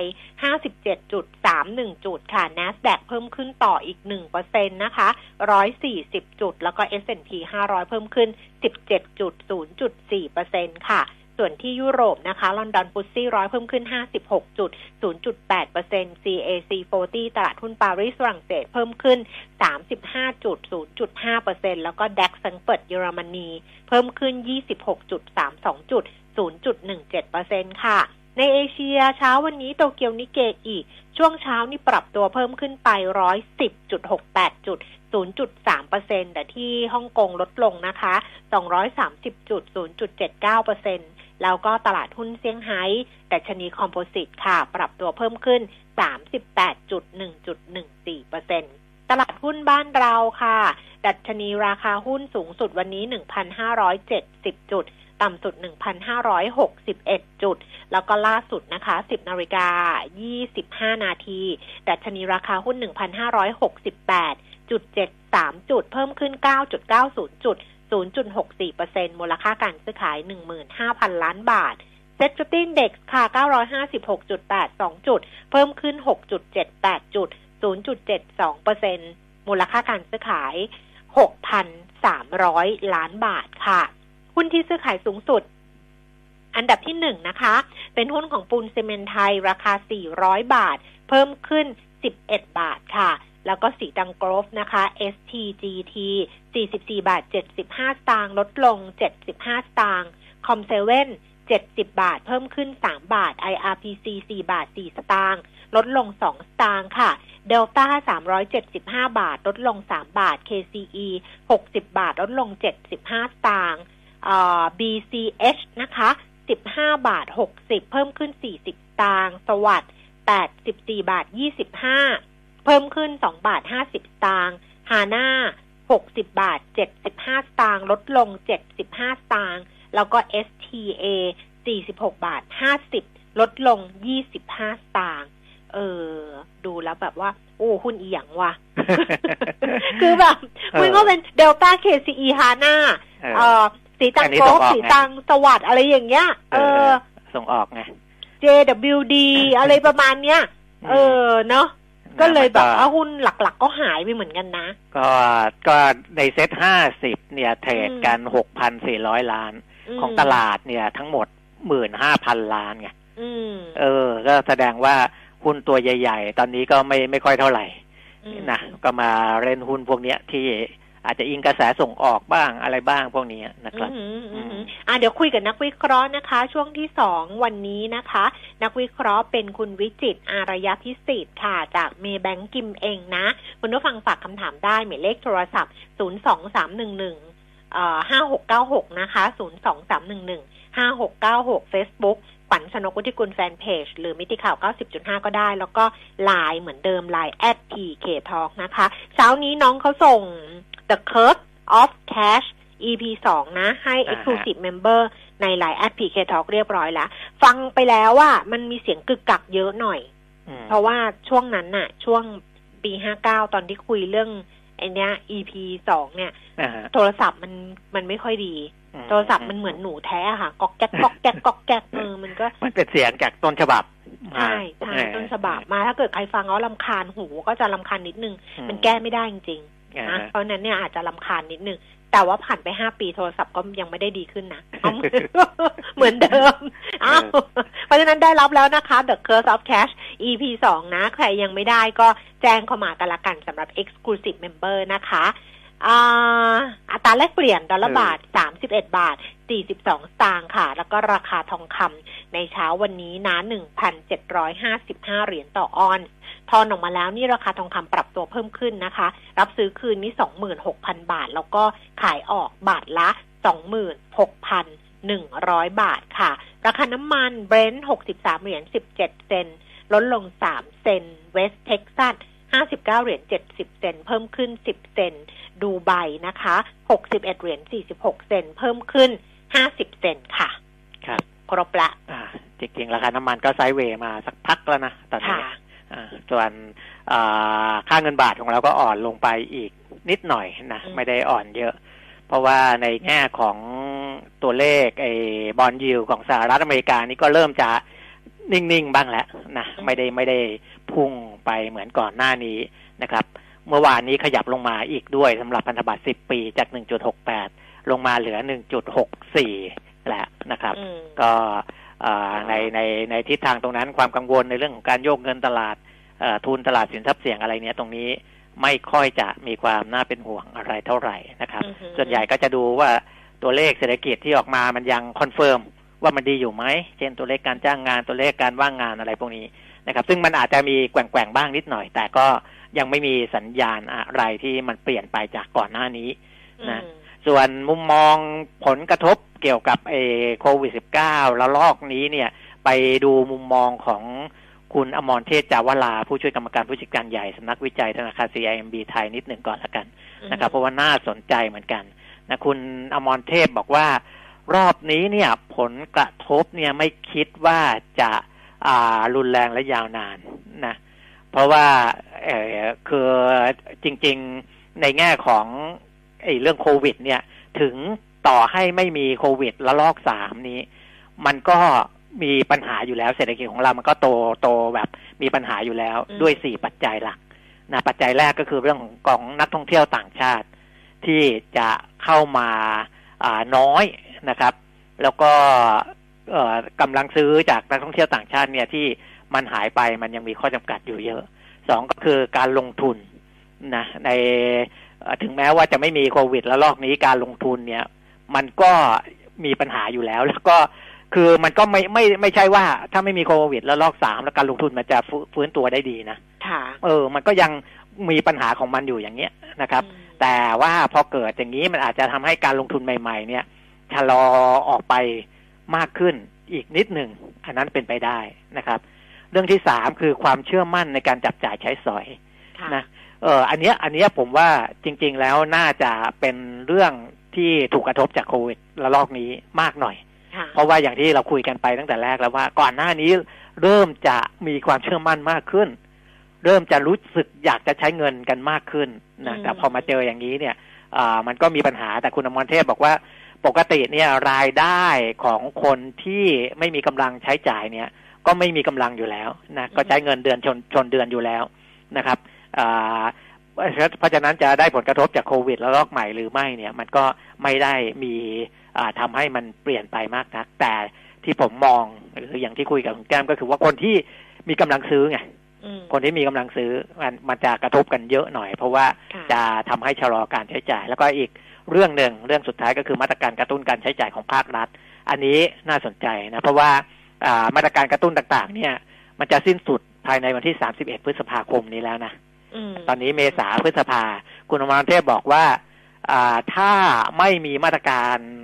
57.31 จุดค่ะ NASDAQ เพิ่มขึ้นต่ออีก 1% นะคะ140จุดแล้วก็ S&P 500เพิ่มขึ้น 17.0.4% ค่ะส่วนที่ยุโรปนะคะลอนดอนฟุตซี่100เพิ่มขึ้น 56.0.8% CAC 40ตลาดหุ้นปารีสฝรั่งเศสเพิ่มขึ้น 35.0.5% แล้วก็ DAX แฟรงก์เฟิร์ตเยอรมนีเพิ่มขึ้น 26.32.0.17% ค่ะในเอเชียเช้าวันนี้โตเกียวนิเกอิช่วงเช้านี่ปรับตัวเพิ่มขึ้นไป 110.68 จุด 0.3% แต่ที่ฮ่องกงลดลงนะคะ 230.0.79%แล้วก็ตลาดหุ้นเซี่ยงไฮ้ดัชนีคอมโพสิตค่ะปรับตัวเพิ่มขึ้น 38.1.14% ตลาดหุ้นบ้านเราค่ะดัชนีราคาหุ้นสูงสุดวันนี้ 1,570 จุดต่ำสุด 1,561 จุดแล้วก็ล่าสุดนะคะ10:25 น.ดัชนีราคาหุ้น 1,568.73 จุดเพิ่มขึ้น 9.90 จุด 0.64% มูลค่าการซื้อขาย 15,000 ล้านบาทเซ็ตฟิฟตี้อินเด็กซ์ค่ะ 956.82 จุดเพิ่มขึ้น 6.78 จุด 0.72% มูลค่าการซื้อขาย 6,300 ล้านบาทค่ะหุ้นที่ซื้อขายสูงสุดอันดับที่1นะคะเป็นหุ้นของปูนซีเมนต์ไทยราคา400 บาทเพิ่มขึ้น11 บาทค่ะแล้วก็สีดังกรอฟนะคะ STGT 44 บาท 75 สตางค์ลดลง75 สตางค์คอมเซเว่น70 บาทเพิ่มขึ้น3 บาท IRPC 4 บาท 4 สตางค์ลดลง2 สตางค์ค่ะเดลต้า375 บาทลดลง3 บาท KCE 60 บาทลดลง75 สตางค์BCH นะคะ15 บาท 60เพิ่มขึ้น40 สตางค์สวัสดิ์84 บาท 25เพิ่มขึ้น2 บาท 50 สตางค์ฮาน่า60 บาท 75 สตางค์ลดลง75 สตางค์แล้วก็ STA 46 บาท 50ลดลง25 สตางค์ดูแล้วแบบว่าโอ้หุ้นอีหยังวะ คือแบบมันก็เป็นเดลต้า KCE ฮาน่าสีตังโกสีตังสวัสดิ์อะไรอย่างเงี้ยส่งออกไง JWD อะไรประมาณเนี้ยเนาะก็เลยแบบว่าหุ้นหลักๆก็หายไปเหมือนกันนะก็ในเซ็ต50เนี่ยเทรดกัน 6,400 ล้านของตลาดเนี่ยทั้งหมด 15,000 ล้านไงก็แสดงว่าหุ้นตัวใหญ่ๆตอนนี้ก็ไม่ค่อยเท่าไหร่นะก็มาเล่นหุ้นพวกนี้ที่อาจจะอิงกระแสส่งออกบ้างอะไรบ้างพวกนี้นะครับเดี๋ยวคุยกับนักวิเคราะห์นะคะช่วงที่2วันนี้นะคะนักวิเคราะห์เป็นคุณวิจิตรอารยพิสิทธิ์ค่ะจากเมย์แบงก์กิมเองนะคุณผู้ฟังฝากคำถามได้หมายเลขโทรศัพท์023115696นะคะ023115696 5696 Facebook ขวัญชนกวุฒิกุลแฟนเพจหรือมิติข่าว 90.5 ก็ได้แล้วก็ไลน์เหมือนเดิมไลน์ @pktalk นะคะเช้านี้น้องเขาส่ง The Curse of Cash EP 2 นะให้ Exclusive Member ในไลน์ @pktalk เรียบร้อยแล้วฟังไปแล้วว่ามันมีเสียงกึกกักเยอะหน่อยเพราะว่าช่วงนั้นน่ะช่วงปี59ตอนที่คุยเรื่องไอ้เนี้ย EP 2เนี่ยโทรศัพท์มันไม่ค่อยดีโทรศัพท์มันเหมือนหนูแท้ค่ะก๊อกแก๊กก๊อกแก๊กก๊อกแก๊กมันเป็นเสียงจากต้นฉบับใช่ต้นฉบับมาถ้าเกิดใครฟังแล้วรำคาญหูก็จะรำคาญนิดนึงมันแก้ไม่ได้จริงๆนะเพราะนั้นเนี่ยอาจจะรำคาญนิดนึงแต่ว่าผ่านไป5 ปีโทรศัพท์ก็ยังไม่ได้ดีขึ้นนะ เหมือนเดิมเพราะฉะนั้นได้รับแล้วนะคะ The Curse of Cash EP 2 นะใครยังไม่ได้ก็แจ้งเข้ามากันละกันสำหรับ Exclusive Member นะคะอัตราแลกเปลี่ยนดอลลาร์บาท31 บาท 42 สตางค์ค่ะแล้วก็ราคาทองคำในเช้าวันนี้นะ 1,755 เหรียญต่อออนซ์ทอนออกมาแล้วนี่ราคาทองคำปรับตัวเพิ่มขึ้นนะคะรับซื้อคืนนี้ 26,000 บาทแล้วก็ขายออกบาทละ 26,100 บาทค่ะราคาน้ำมันเบรนท์63เหรียญ17เซนต์ลดลง3เซนต์เวสต์เท็กซัส59เหรียญ70เซนต์เพิ่มขึ้น10เซนต์ดูไบนะคะ61เหรียญ46เซนต์เพิ่มขึ้น50เซนต์ค่ะครับครบละจริงๆราคาน้ำมันก็ไซด์เวย์มาสักพักแล้วนะตอนนี้ส่วนค่าเงินบาทของเราก็อ่อนลงไปอีกนิดหน่อยนะไม่ได้อ่อนเยอะเพราะว่าในแง่ของตัวเลขไอ้บอนด์ยิลด์ของสหรัฐอเมริกานี่ก็เริ่มจะนิ่งๆบ้างแล้วนะไม่ได้พุ่งไปเหมือนก่อนหน้านี้นะครับเมื่อวานนี้ขยับลงมาอีกด้วยสำหรับพันธบัตร10 ปีจาก 1.68 ลงมาเหลือ 1.64 แล้วนะครับก็ในทิศทางตรงนั้นความกังวลในเรื่องของการโยกเงินตลาดทุนตลาดสินทรัพย์เสี่ยงอะไรเนี้ยตรงนี้ไม่ค่อยจะมีความน่าเป็นห่วงอะไรเท่าไหร่นะครับส่วนใหญ่ก็จะดูว่าตัวเลขเศรษฐกิจที่ออกมามันยังคอนเฟิร์มว่ามันดีอยู่ไหมเช่นตัวเลขการจ้างงานตัวเลขการว่างงานอะไรพวกนี้นะครับซึ่งมันอาจจะมีแกว่งบ้างนิดหน่อยแต่ก็ยังไม่มีสัญญาณอะไรที่มันเปลี่ยนไปจากก่อนหน้านี้นะส่วนมุมมองผลกระทบเกี่ยวกับโควิด -19 ระลอกนี้เนี่ยไปดูมุมมองของคุณอมรเทพจาวลาผู้ช่วยกรรมการผู้จัดการใหญ่สำนักวิจัยธนาคาร CIMB ไทยนิดหนึ่งก่อนละกันนะครับเพราะว่าน่าสนใจเหมือนกันนะคุณอมรเทพบอกว่ารอบนี้เนี่ยผลกระทบเนี่ยไม่คิดว่าจะรุนแรงและยาวนานนะเพราะว่าคือจริงๆในแง่ของเรื่องโควิดเนี่ยถึงต่อให้ไม่มีโควิดระลอก3นี้มันก็มีปัญหาอยู่แล้วเศรษฐกิจของเรามันก็โตแบบมีปัญหาอยู่แล้วด้วย4ปัจจัยหลักนะปัจจัยแรกก็คือเรื่องของนักท่องเที่ยวต่างชาติที่จะเข้ามาน้อยนะครับแล้วก็กำลังซื้อจากนักท่องเที่ยวต่างชาติเนี่ยที่มันหายไปมันยังมีข้อจำกัดอยู่เยอะ2ก็คือการลงทุนนะในถึงแม้ว่าจะไม่มีโควิดแล้วรอบนี้การลงทุนเนี่ยมันก็มีปัญหาอยู่แล้วแล้วก็คือมันก็ไม่ใช่ว่าถ้าไม่มีโควิดแล้วรอบ3แล้วการลงทุนมันจะฟื้นตัวได้ดีนะมันก็ยังมีปัญหาของมันอยู่อย่างเงี้ยนะครับแต่ว่าพอเกิดอย่างนี้มันอาจจะทำให้การลงทุนใหม่ๆเนี่ยชะลอออกไปมากขึ้นอีกนิดหนึ่งอันนั้นเป็นไปได้นะครับเรื่องที่3คือความเชื่อมั่นในการจับจ่ายใช้สอยนะอันเนี้ยผมว่าจริงๆแล้วน่าจะเป็นเรื่องที่ถูกกระทบจากโควิดระลอกนี้มากหน่อยเพราะว่าอย่างที่เราคุยกันไปตั้งแต่แรกแล้วว่าก่อนหน้านี้เริ่มจะมีความเชื่อมั่นมากขึ้นเริ่มจะรู้สึกอยากจะใช้เงินกันมากขึ้นนะแต่พอมาเจออย่างนี้เนี่ยมันก็มีปัญหาแต่คุณอมรเทพบอกว่าปกติเนี่ยรายได้ของคนที่ไม่มีกำลังใช้จ่ายเนี่ยก็ไม่มีกำลังอยู่แล้วนะก็ใช้เงินเดือนชนเดือนอยู่แล้วนะครับเพราะฉะนั้นจะได้ผลกระทบจากโควิดแล้วรอบใหม่หรือไม่เนี่ยมันก็ไม่ได้มีทำให้มันเปลี่ยนไปมากนักแต่ที่ผมมองหรืออย่างที่คุยกับคุณแก้มก็คือว่าคนที่มีกำลังซื้อไงคนที่มีกำลังซื้อมันจะกระทบกันเยอะหน่อยเพราะว่าจะทำให้ชะลอการใช้จ่ายแล้วก็อีกเรื่องหนึ่งเรื่องสุดท้ายก็คือมาตรการกระตุ้นการใช้จ่ายของภาครัฐอันนี้น่าสนใจนะเพราะว่ามาตรการกระตุ้นต่างๆเนี่ยมันจะสิ้นสุดภายในวันที่31พฤษภาคมนี้แล้วนะตอนนี้เมษาพฤษภาคุณอมรเทพบอกว่าถ้าไม่มีมาตรการค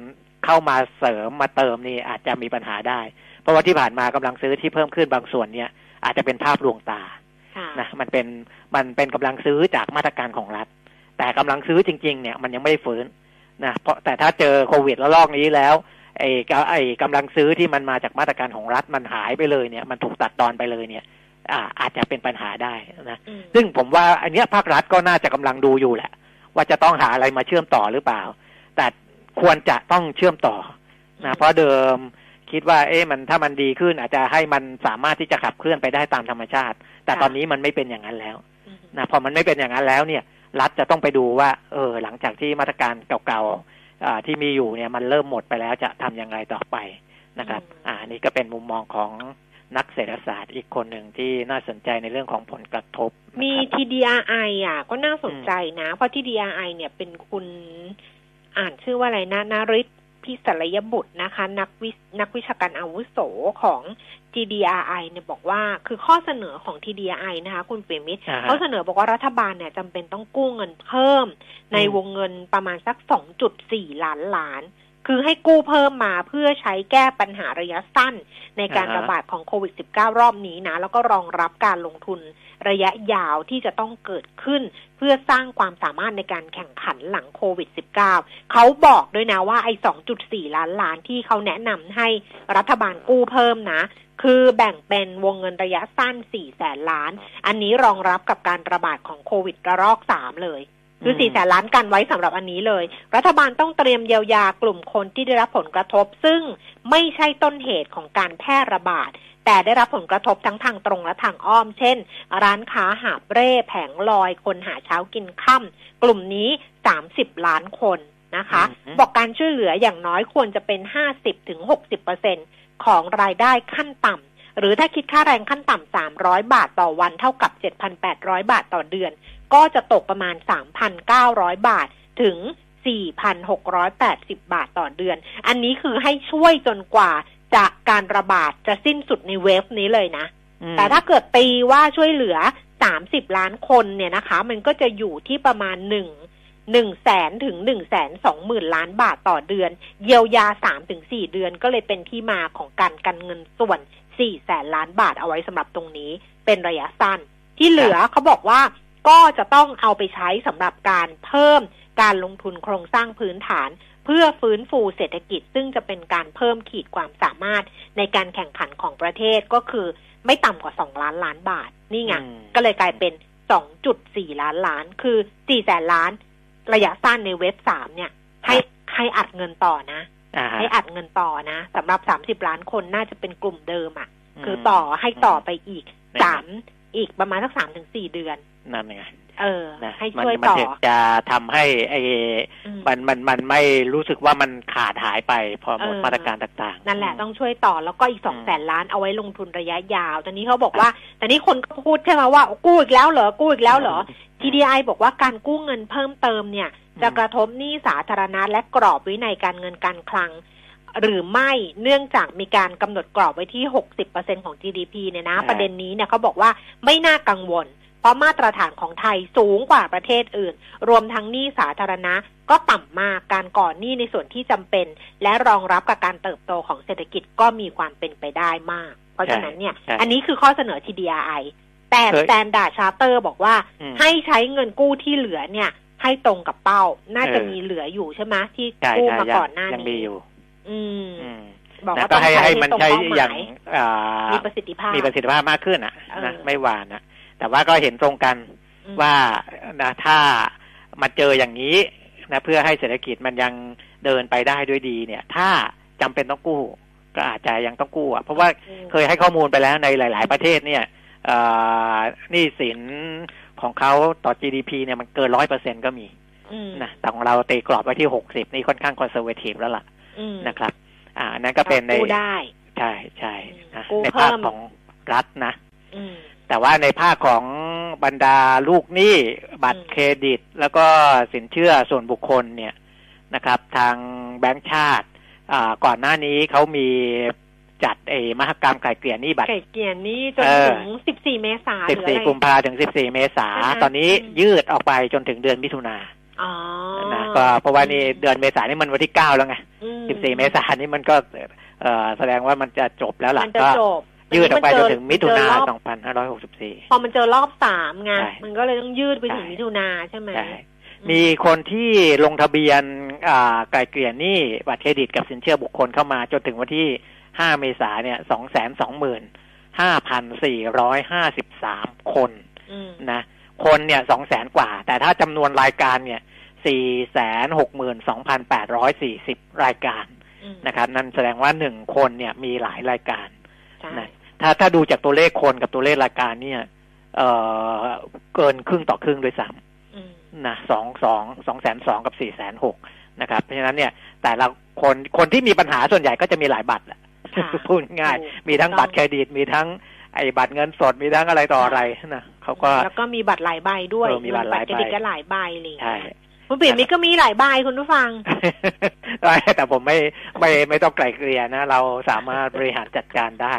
เข้ามาเสริมมาเติมนี่อาจจะมีปัญหาได้เพราะว่าที่ผ่านมากำลังซื้อที่เพิ่มขึ้นบางส่วนเนี่ยอาจจะเป็นภาพลวงตานะมันเป็นกำลังซื้อจากมาตรการของรัฐแต่กำลังซื้อจริงๆเนี่ยมันยังไม่ได้ฟื้นนะเพราะแต่ถ้าเจอโควิดระลอกนี้แล้วไอ้กำลังซื้อที่มันมาจากมาตรการของรัฐมันหายไปเลยเนี่ยมันถูกตัดตอนไปเลยเนี่ยอาจจะเป็นปัญหาได้นะซึ่งผมว่าอันเนี้ยภาครัฐก็น่าจะกำลังดูอยู่แหละว่าจะต้องหาอะไรมาเชื่อมต่อหรือเปล่าแต่ควรจะต้องเชื่อมต่อนะเพราะเดิมคิดว่ามันถ้ามันดีขึ้นอาจจะให้มันสามารถที่จะขับเคลื่อนไปได้ตามธรรมชาติแต่ตอนนี้มันไม่เป็นอย่างนั้นแล้วนะพอมันไม่เป็นอย่างนั้นแล้วเนี่ยรัฐจะต้องไปดูว่าหลังจากที่มาตรการเก่าๆที่มีอยู่เนี่ยมันเริ่มหมดไปแล้วจะทำอย่างไรต่อไปนะครับนี่ก็เป็นมุมมองของนักเศรษฐศาสตร์อีกคนหนึ่งที่น่าสนใจในเรื่องของผลกระทบมี TDRI ก็น่าสนใจนะเพราะ TDRI เนี่ยเป็นคุณอ่านชื่อว่าอะไรนะนฤทธิ์พิศรยบุตรนะคะนักวิชาการอาวุโสของ TDRI เนี่ยบอกว่าคือข้อเสนอของ TDRI นะคะคุณเปรมิตรเขาเสนอบอกว่ารัฐบาลเนี่ยจำเป็นต้องกู้เงินเพิ่มในวงเงินประมาณสัก 2.4 ล้านคือให้กู้เพิ่มมาเพื่อใช้แก้ปัญหาระยะสั้นในการระบาดของโควิด -19 รอบนี้นะแล้วก็รองรับการลงทุนระยะยาวที่จะต้องเกิดขึ้นเพื่อสร้างความสามารถในการแข่งขันหลังโควิด -19 เขาบอกด้วยนะว่าไอ้ 2.4 ล้านที่เขาแนะนำให้รัฐบาลกู้เพิ่มนะคือแบ่งเป็นวงเงินระยะสั้น 400,000 ล้านอันนี้รองรับกับการระบาดของโควิดระลอก 3 เลยคือ 400,000 ล้านกันไว้สำหรับอันนี้เลยรัฐบาลต้องเตรียมเยียวยากลุ่มคนที่ได้รับผลกระทบซึ่งไม่ใช่ต้นเหตุของการแพร่ระบาดแต่ได้รับผลกระทบทั้งทางตรงและทางอ้อมเช่นร้านค้าหาบเร่แผงลอยคนหาเช้ากินค่ำกลุ่มนี้30 ล้านคนนะคะบอกการช่วยเหลืออย่างน้อยควรจะเป็น 50-60% ของรายได้ขั้นต่ำหรือถ้าคิดค่าแรงขั้นต่ำ300 บาทต่อวันเท่ากับ 7,800 บาทต่อเดือนก็จะตกประมาณ 3,900 บาทถึง 4,680 บาทต่อเดือนอันนี้คือให้ช่วยจนกว่าจะการระบาดจะสิ้นสุดในเวฟนี้เลยนะแต่ถ้าเกิดตีว่าช่วยเหลือ30 ล้านคนเนี่ยนะคะมันก็จะอยู่ที่ประมาณ100,000 ถึง 120,000 ล้านบาทต่อเดือนเยียวยา 3-4 เดือนก็เลยเป็นที่มาของการกันเงินส่วน400,000 ล้านบาทเอาไว้สำหรับตรงนี้เป็นระยะสั้นที่เหลือเขาบอกว่าก็จะต้องเอาไปใช้สำหรับการเพิ่มการลงทุนโครงสร้างพื้นฐานเพื่อฟื้นฟูเศรษฐกิจซึ่งจะเป็นการเพิ่มขีดความสามารถในการแข่งขันของประเทศก็คือไม่ต่ำกว่า2 ล้านบาทนี่ไงก็เลยกลายเป็น 2.4 ล้านคือ 400,000 ล้านระยะสั้นในเว็บ3เนี่ยให้อัดเงินต่อนะให้อัดเงินต่อนะสำหรับ30 ล้านคนน่าจะเป็นกลุ่มเดิมคือให้ต่อไปอีกอีกประมาณสัก 3-4 เดือนนั่นไงให้ช่วยต่อมันจะทำให้มันไม่รู้สึกว่ามันขาดหายไปพอหมดมาตรการต่างๆนั่นแหละต้องช่วยต่อแล้วก็อีก 200,000 ล้านเอาไว้ลงทุนระยะยาวตอนนี้เขาบอกว่าแต่นี้คนก็พูดใช่ไหมว่ากู้อีกแล้วเหรอกู้อีกแล้วเหรอ TDI บอกว่าการกู้เงินเพิ่มเติมเนี่ยจะกระทบหนี้สาธารณะและกรอบวินัยการเงินการคลังหรือไม่เนื่องจากมีการกำหนดกรอบไว้ที่ 60% ของ GDP เนี่ยนะประเด็นนี้เนี่ยเขาบอกว่าไม่น่ากังวลเพราะมาตรฐานของไทยสูงกว่าประเทศอื่นรวมทั้งหนี้สาธารณะก็ต่ำมากการก่อหนี้ในส่วนที่จำเป็นและรองรับกับการเติบโตของเศรษฐกิจก็มีความเป็นไปได้มากเพราะฉะนั้นเนี่ยอันนี้คือข้อเสนอ TDRI แต่ Standard Charter บอกว่าให้ใช้เงินกู้ที่เหลือเนี่ยให้ตรงกับเป้าน่าจะมีเหลืออยู่ใช่ไหมที่กู้มาก่อนหน้านี้ยังมีอยู่บอกว่าต้องใช้มันใช้อย่างมีประสิทธิภาพมากขึ้นนะไม่หวานนะแต่ว่าก็เห็นตรงกันว่านะถ้ามาเจออย่างนี้นะเพื่อให้เศรษฐกิจมันยังเดินไปได้ด้วยดีเนี่ยถ้าจำเป็นต้องกู้ก็อาจจะยังต้องกู้เพราะว่าเคยให้ข้อมูลไปแล้วในหลายๆประเทศเนี่ยหนี้สินของเขาต่อ GDP เนี่ยมันเกิน 100% ก็มีนะแต่ของเราตีกรอบไว้ที่60นี่ค่อนข้างคอนเซอร์เวทีฟแล้วล่ะนะครับนั่นก็เป็นในใช่นะในภาคของรัฐนะแต่ว่าในภาคของบรรดาลูกหนี้บัตรเครดิตแล้วก็สินเชื่อส่วนบุคคลเนี่ยนะครับทางแบงก์ชาติก่อนหน้านี้เขามีจัดมหกรรมไกล่เกลี่ยหนี้บัตรไกล่เกลี่ยหนี้จนถึง14 เมษายน 14 กุมภาพันธ์ถึง14 เมษายนตอนนี้ยืดออกไปจนถึงเดือนมิถุนายนนะก็เพราะว่านี่เดือนเมษายนนี่มันวันที่9แล้วไง14เมษายนนี่มันก็แสดงว่ามันจะจบแล้วล่ะก็ยืดออกไปจนถึงมิถุนายน2564พอมันเจอรอบ3ไงมันก็เลยต้องยืดไปถึงมิถุนายนใช่ไหมมีคนที่ลงทะเบียนไกลเกลี่ยหนี้บัตรเครดิตกับสินเชื่อบุคคลเข้ามาจนถึงวันที่5เมษายนเนี่ย 225,453 คนนะคนเนี่ย 200,000 กว่าแต่ถ้าจำนวนรายการเนี่ย 462,840 รายการนะครับนั่นแสดงว่า1คนเนี่ยมีหลายรายการนะถ้าดูจากตัวเลขคนกับตัวเลขรายการเนี่ยเกินครึ่งต่อครึ่งด้วยซ้ำนะ202,000กับ 406,000 นะครับเพราะฉะนั้นเนี่ยแต่ละคนที่มีปัญหาส่วนใหญ่ก็จะมีหลายบัตรแหละพูดง่ายมีทั้งบัตรเครดิตมีทั้งไอ้บัตรเงินสดมีทั้งอะไรต่ออะไรนะเขาก็แล้วก็มีบัตรหลายใบด้วยมีบัตรเครดิตก็หลายใบเลยใช่คุณปิ่นมีก็มีหลายใบคุณผู้ฟังแต่ผมไม่ต้องไกลเกลี่ยนะเราสามารถบริหารจัดการได้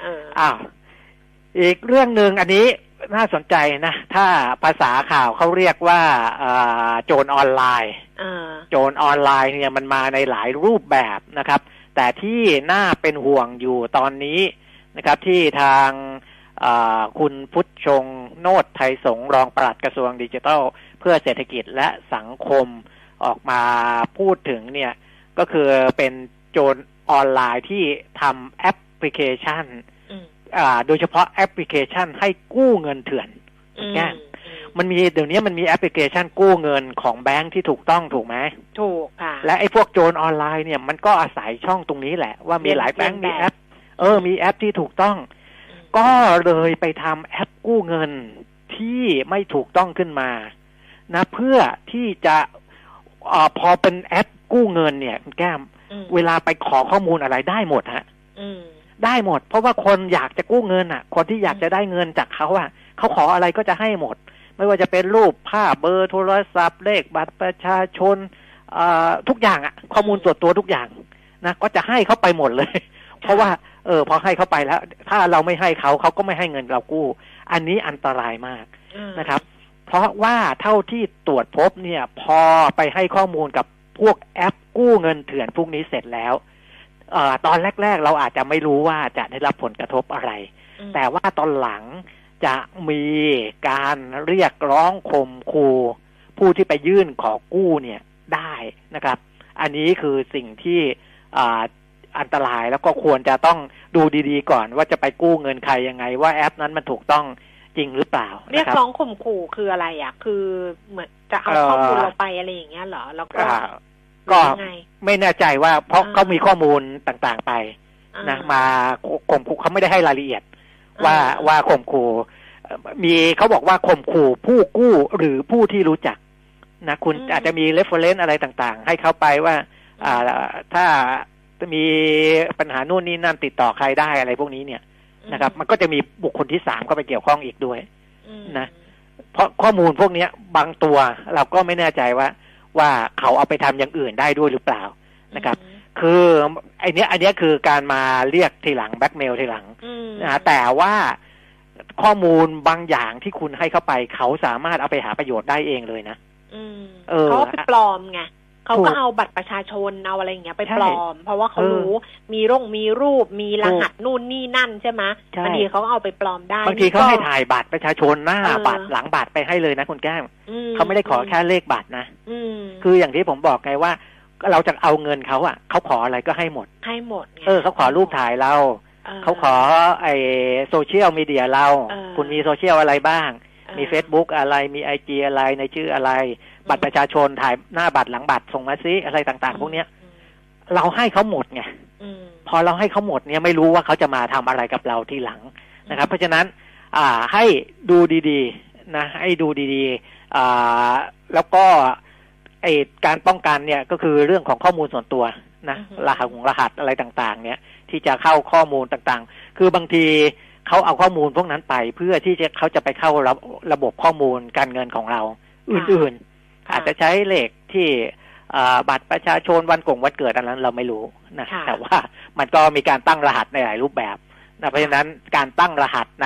อีกเรื่องนึงอันนี้น่าสนใจนะถ้าภาษาข่าวเขาเรียกว่าโจรออนไลน์โจรออนไลน์เนี่ยมันมาในหลายรูปแบบนะครับแต่ที่น่าเป็นห่วงอยู่ตอนนี้นะครับที่ทางคุณพุทธชงโนชไทยสงฆ์รองปลัดกระทรวงดิจิทัลเพื่อเศรษฐกิจและสังคมออกมาพูดถึงเนี่ยก็คือเป็นโจรออนไลน์ที่ทำแอปพลิเคชันโดยเฉพาะแอปพลิเคชันให้กู้เงินเถื่อนแง่มันมีเดี๋ยวนี้มันมีแอปพลิเคชันกู้เงินของแบงค์ที่ถูกต้องถูกไหมถูกค่ะและไอ้พวกโจรออนไลน์เนี่ยมันก็อาศัยช่องตรงนี้แหละว่ามีหลายแบงค์มีแอปมีแอปที่ถูกต้องก็เลยไปทำแอปกู้เงินที่ไม่ถูกต้องขึ้นมานะเพื่อที่จะพอเป็นแอปกู้เงินเนี่ยแก้มเวลาไปขอข้อมูลอะไรได้หมดฮะได้หมดเพราะว่าคนอยากจะกู้เงินอ่ะคนที่อยากจะได้เงินจากเขาอ่ะเขาขออะไรก็จะให้หมดไม่ว่าจะเป็นรูปภาพเบอร์โทรศัพท์เลขบัตรประชาชนทุกอย่างอ่ะข้อมูลส่วนตัวทุกอย่างนะก็จะให้เขาไปหมดเลยเพราะว่าพอให้เขาไปแล้วถ้าเราไม่ให้เขาก็ไม่ให้เงินเรากู้อันนี้อันตรายมากนะครับเพราะว่าเท่าที่ตรวจพบเนี่ยพอไปให้ข้อมูลกับพวกแอปกู้เงินเถื่อนพวกนี้เสร็จแล้วตอนแรกๆเราอาจจะไม่รู้ว่าจะได้รับผลกระทบอะไรแต่ว่าตอนหลังจะมีการเรียกร้องข่มขู่ผู้ที่ไปยื่นขอกู้เนี่ยได้นะครับอันนี้คือสิ่งที่อันตรายแล้วก็ควรจะต้องดูดีๆก่อนว่าจะไปกู้เงินใครยังไงว่าแอปนั้นมันถูกต้องจริงหรือเปล่าเรียกร้องข่มขู่คืออะไรอ่ะคือเหมือนจะเอาข้อมูลเราไปอะไรอย่างเงี้ยเหรอแล้วก็ไม่แน่ใจว่าเพราะเขามีข้อมูลต่างๆไปนะมาข่มขู่เขาไม่ได้ให้รายละเอียดว่าข่มขู่มีเขาบอกว่าข่มขู่ผู้กู้หรือผู้ที่รู้จักนะคุณอาจจะมี reference อะไรต่างๆให้เขาไปว่าถ้ามีปัญหานู่นนี่นั่นติดต่อใครได้อะไรพวกนี้เนี่ยนะครับมันก็จะมีบุคคลที่3เข้าไปเกี่ยวข้องอีกด้วยนะเพราะข้อมูลพวกนี้บางตัวเราก็ไม่แน่ใจว่าเขาเอาไปทำอย่างอื่นได้ด้วยหรือเปล่านะครับคืออันนี้คือการมาเรียกทีหลังแบล็คเมลทีหลังนะแต่ว่าข้อมูลบางอย่างที่คุณให้เข้าไปเขาสามารถเอาไปหาประโยชน์ได้เองเลยนะเขาไปปลอมไงเขาก็เอาบัตรประชาชนเอาอะไรอย่างเงี้ยไปปลอมเพราะว่าเขารู้มีรูปมีรหัสนู่นนี่นั่นใช่ไหมบางทีเขาเอาไปปลอมได้บางทีเขาให้ถ่ายบัตรประชาชนหน้าบัตรหลังบัตรไปให้เลยนะคุณแก้มเขาไม่ได้ขอแค่เลขบัตรนะคืออย่างที่ผมบอกไงว่าเราจะเอาเงินเขาอ่ะเขาขออะไรก็ให้หมดเขาขอรูปถ่ายเราเขาขอไอโซเชียลมีเดียเราคุณมีโซเชียลอะไรบ้างมี Facebook อะไรมี IG อะไรในชื่ออะไรบัตรประชาชนถ่ายหน้าบัตรหลังบัตรส่งมาซิอะไรต่างๆพวกเนี้ยเราให้เขาหมดไงพอเราให้เขาหมดเนี่ยไม่รู้ว่าเขาจะมาทำอะไรกับเราทีหลังนะครับเพราะฉะนั้นให้ดูดีๆนะให้ดูดีๆแล้วก็ไอการป้องกันเนี่ยก็คือเรื่องของข้อมูลส่วนตัวนะรหัสอะไรต่างๆเนี่ยที่จะเข้าข้อมูลต่างๆคือบางทีเขาเอาข้อมูลพวกนั้นไปเพื่อที่เขาจะไปเข้าระบบข้อมูลการเงินของเราอื่นๆอาจจะใช้เลขที่บัตรประชาชนวันเกิดอันนั้นเราไม่รู้นะแต่ว่ามันก็มีการตั้งรหัสในหลายรูปแบบนะเพราะฉะนั้นการตั้งรหัสใน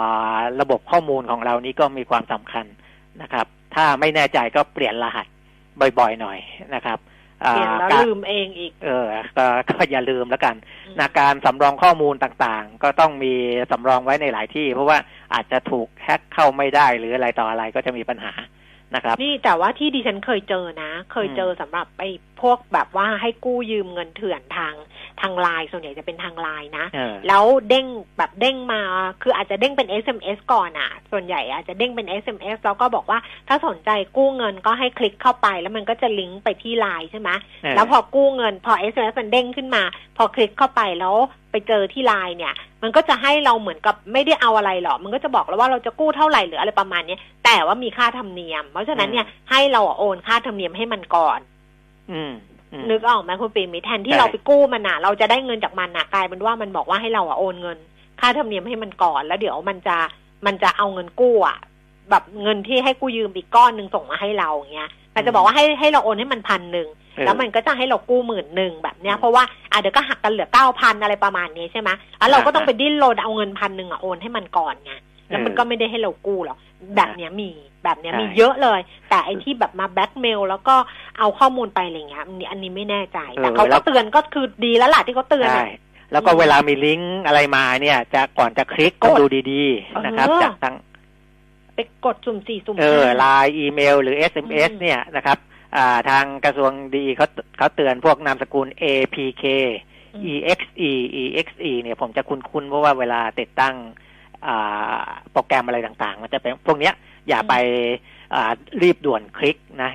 ระบบข้อมูลของเรานี้ก็มีความสำคัญนะครับถ้าไม่แน่ใจก็เปลี่ยนรหัสบ่อยๆหน่อยนะครับเปลี่ยนแล้วลืมเองอีกก็อย่าลืมแล้วกันนะการสำรองข้อมูลต่างๆก็ต้องมีสำรองไว้ในหลายที่เพราะว่าอาจจะถูกแฮ็กเข้าไม่ได้หรืออะไรต่ออะไรก็จะมีปัญหานะครับนี่แต่ว่าที่ดิฉันเคยเจอนะเคยเจอสำหรับไอ้พวกแบบว่าให้กู้ยืมเงินเถื่อนทางไลน์ส่วนใหญ่จะเป็นทางไลน์นะแล้วเด้งมาคืออาจจะเด้งเป็น SMS ก่อนอ่ะส่วนใหญ่อาจจะเด้งเป็น SMS แล้วก็บอกว่าถ้าสนใจกู้เงินก็ให้คลิกเข้าไปแล้วมันก็จะลิงก์ไปที่ไลน์ใช่ไหมแล้วพอกู้เงินพอ SMS มันเด้งขึ้นมาพอคลิกเข้าไปแล้วไปเจอที่ไลน์เนี่ยมันก็จะให้เราเหมือนกับไม่ได้เอาอะไรหรอกมันก็จะบอกแล้วว่าเราจะกู้เท่าไหร่หรืออะไรประมาณนี้แต่ว่ามีค่าธรรมเนียมเพราะฉะนั้นเนี่ยให้เราโอนค่าธรรมเนียมให้มันก่อนนึกออกไหมคุณปีมิแทนที่เราไปกู้มันน่ะเราจะได้เงินจากมันน่ะกลายเป็นว่ามันบอกว่าให้เราโอนเงินค่าธรรมเนียมให้มันก่อนแล้วเดี๋ยวมันจะเอาเงินกู้อ่ะแบบเงินที่ให้กู้ยืมอีกก้อนนึงส่งมาให้เราอย่างเงี้ยมันจะบอกว่าให้เราโอนให้มัน 1,000 แล้วมันก็จะให้เรากู้ 10,000 แบบเนี้ยเพราะว่าเดี๋ยวก็หักกันเหลือ 9,000 อะไรประมาณนี้ใช่ไหมแล้วเราก็ต้องไปดิ้นรนเอาเงิน 1,000 โอนให้มันก่อนไงแล้วมันก็ไม่ได้ให้เรากู้หรอกแบบเนี้ยมีเยอะเลยแต่ไอ้ที่แบบมาแบล็คเมลแล้วก็เอาข้อมูลไปอะไรเงี้ยอันนี้ไม่แน่ใจแต่เขาก็เตือนก็คือดีแล้วล่ะที่เขาเตือนแล้วก็เวลามีลิงก์อะไรมาเนี่ยจะก่อนจะคลิกก็ดูดีๆนะครับจากทางไปกดสุ่ม4สุ่ม 5ไลน์อีเมลหรือ SMS เนี่ยนะครับทางกระทรวงดีเขาเตือนพวกนามสกุล APK EXE เนี่ยผมจะคุ้นๆเพราะว่าเวลาติดตั้งโปรแกรมอะไรต่างๆมันจะเป็นพวกเนี้ยอย่าไปรีบด่วนคลิกนะ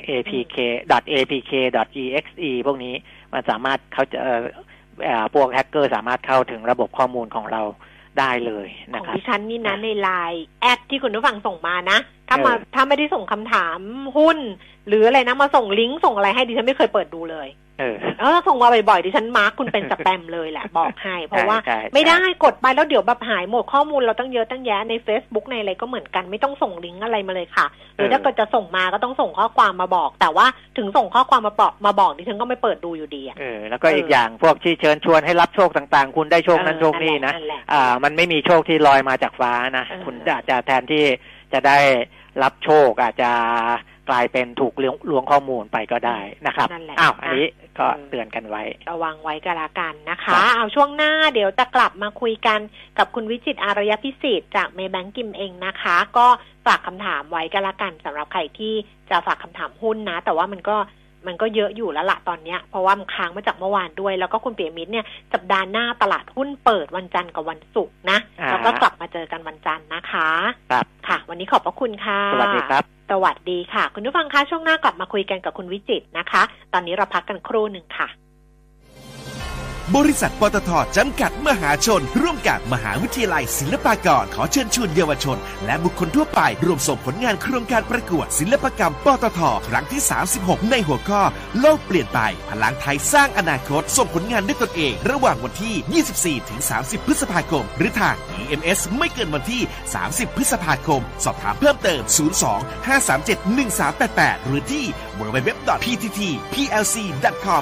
apk.exe พวกนี้มันสามารถเขาจะพวกแฮกเกอร์สามารถเข้าถึงระบบข้อมูลของเราได้เลยนะครับของดิฉันนี่นะในไลน์แอดที่คุณผู้ฟังส่งมานะถ้าไม่ได้ส่งคำถามหุ้นหรืออะไรนะมาส่งลิงก์ส่งอะไรให้ดิฉันไม่เคยเปิดดูเลยส่งมาบ่อยๆดิฉันมาร์คคุณเป็นสแปมเลยแหละบอกให้เพราะว่าไม่ได้กดไปแล้วเดี๋ยวแบบหายหมดข้อมูลเราตั้งเยอะตั้งแยะใน Facebook ในอะไรก็เหมือนกันไม่ต้องส่งลิงก์อะไรมาเลยค่ะหรือถ้าเกิดจะส่งมาก็ต้องส่งข้อความมาบอกแต่ว่าถึงส่งข้อความมาบอกดิฉันก็ไม่เปิดดูอยู่ดีแล้วก็อีกอย่างพวกที่เชิญชวนให้รับโชคต่างๆคุณได้โชคนั้นโชคนี้นะมันไม่มีโชคที่ลอยมาจากฟ้านะคุณอาจจะแทนที่จะได้รับโชคอาจจะกลายเป็นถูกลวงข้อมูลไปก็ได้นะครับอันนี้ก็เตือนกันไว้ระวังไว้ก็แล้วกันนะคะเอาช่วงหน้าเดี๋ยวจะกลับมาคุยกันกับคุณวิจิตรอารยพิสิทธิ์จากเมย์แบงก์กิมเองนะคะก็ฝากคำถามไว้ก็แล้วกันสำหรับใครที่จะฝากคำถามหุ้นนะแต่ว่ามันก็เยอะอยู่แล้วละตอนนี้เพราะว่ามันค้างมาจากเมื่อวานด้วยแล้วก็คุณเปียมิตรเนี่ยสัปดาห์หน้าตลาดหุ้นเปิดวันจันทร์กับวันศุกร์นะแล้วก็กลับมาเจอกันวันจันทร์นะคะครับค่ะวันนี้ขอบพระคุณค่ะสวัสดีครับสวัสดีค่ะคุณผู้ฟังคะช่วงหน้ากลับมาคุยกันกับคุณวิจิตรนะคะตอนนี้เราพักกันครู่นึงค่ะบริษัทปตท.จำกัดมหาชนร่วมกับมหาวิทยาลัยศิลปากรขอเชิญชวนเยาวชนและบุคคลทั่วไปร่วมส่งผลงานโครงการประกวดศิลปกรรมปตท.ครั้งที่36ในหัวข้อโลกเปลี่ยนไปพลังไทยสร้างอนาคตส่งผลงานด้วยตนเองระหว่างวันที่ 24-30 พฤษภาคมหรือทาง EMS ไม่เกินวันที่ 30 พฤษภาคมสอบถามเพิ่มเติม 02-537-1388 หรือที่ www.pttplc.com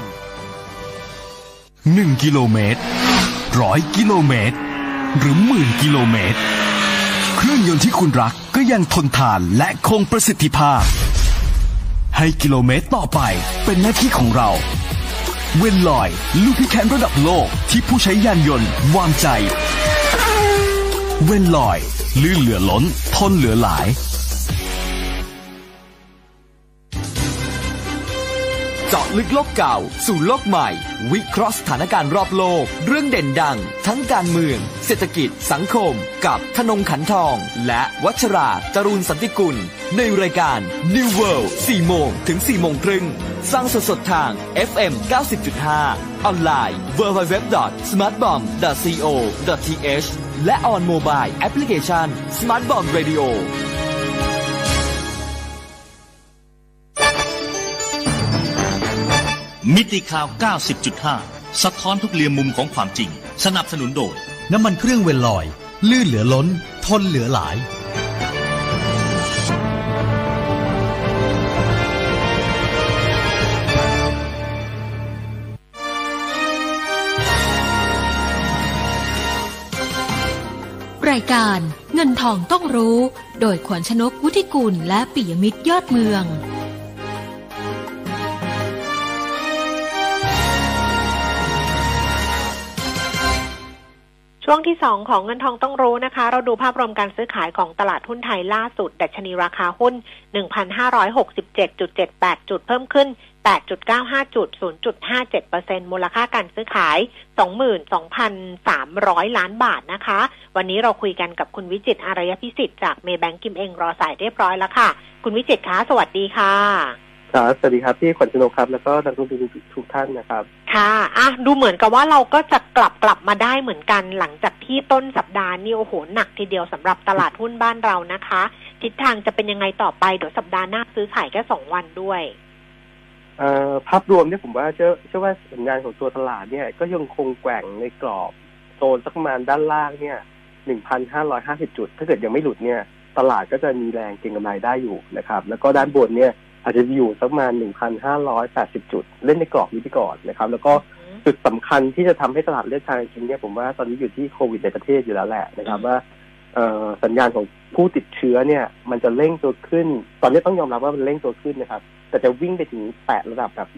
1 กิโลเมตร 100 กิโลเมตรหรือหมื่นกิโลเมตรเครื่องยนต์ที่คุณรักก็ยังทนทานและคงประสิทธิภาพให้กิโลเมตรต่อไปเป็นหน้าที่ของเราเวนลอยลูพิแคนระดับโลกที่ผู้ใช้ยานยนต์วางใจเวนลอยลื่นเหลือล้นทนเหลือหลายเจาะลึกโลกเก่าสู่โลกใหม่วิเคราะห์สถานการณ์รอบโลกเรื่องเด่นดังทั้งการเมืองเศรษฐกิจสังคมกับธนงขันทองและวัชราจรูนสันติกุลในรายการ New World 4 โมงถึง 4 โมงครึ่งสร้างสดๆทาง FM 90.5 ออนไลน์ www.smartbomb.co.th และ on mobile application Smart Bomb Radio มิติข่าว 90.5 สะท้อนทุกเหลี่ยมมุมของความจริงสนับสนุนโดยน้ำมันเครื่องเวลลอยลื่นเหลือล้นทนเหลือหลายรายการเงินทองต้องรู้โดยขวัญชนกวุฒิกุลและปิยมิตรยอดเมืองช่วงที่2ของเงินทองต้องรู้นะคะเราดูภาพรวมการซื้อขายของตลาดหุ้นไทยล่าสุดดัชนีราคาหุ้น 1,567.78 จุดเพิ่มขึ้น 8.95 จุด 0.57% มูลค่าการซื้อขาย 22,300 ล้านบาทนะคะวันนี้เราคุยกันกับคุณวิจิตรอารยพิสิทธิ์จากเมย์แบงก์กิมเองรอสายเรียบร้อยแล้วค่ะคุณวิจิตรคะสวัสดีค่ะครับสวัสดีครับพี่ขวัญชนกครับแล้วก็นักลงทุนทุกท่านนะครับค่ะดูเหมือนกับว่าเราก็จะกลับมาได้เหมือนกันหลังจากที่ต้นสัปดาห์นี่โอ้โหหนักทีเดียวสำหรับตลาดหุ้นบ้านเรานะคะทิศทางจะเป็นยังไงต่อไปเดี๋ยวสัปดาห์หน้าซื้อขายแค่2วันด้วยภาพรวมเนี่ยผมว่าเชื่อว่าสัญญาณของตัวตลาดเนี่ยก็ยังคงแกว่งในกรอบโซนสักประมาณด้านล่างเนี่ย 1,550 จุดถ้าเกิดยังไม่หลุดเนี่ยตลาดก็จะมีแรงเก็งกำไรได้อยู่นะครับแล้วก็ด้านบนเนี่ยอาจจะอยู่สักประมาณ 1,580 จุดเล่นในกรอบนี้ไปก่อนนะครับแล้วก็จุดสำคัญที่จะทำให้ตลาดเลือกทางจริงเนี่ยผมว่าตอนนี้อยู่ที่โควิดในประเทศอยู่แล้วแหละนะครับว่าสัญญาณของผู้ติดเชื้อเนี่ยมันจะเร่งตัวขึ้นตอนนี้ต้องยอมรับว่ามันเร่งตัวขึ้นนะครับแต่จะวิ่งไปถึงแตะระดับแบบ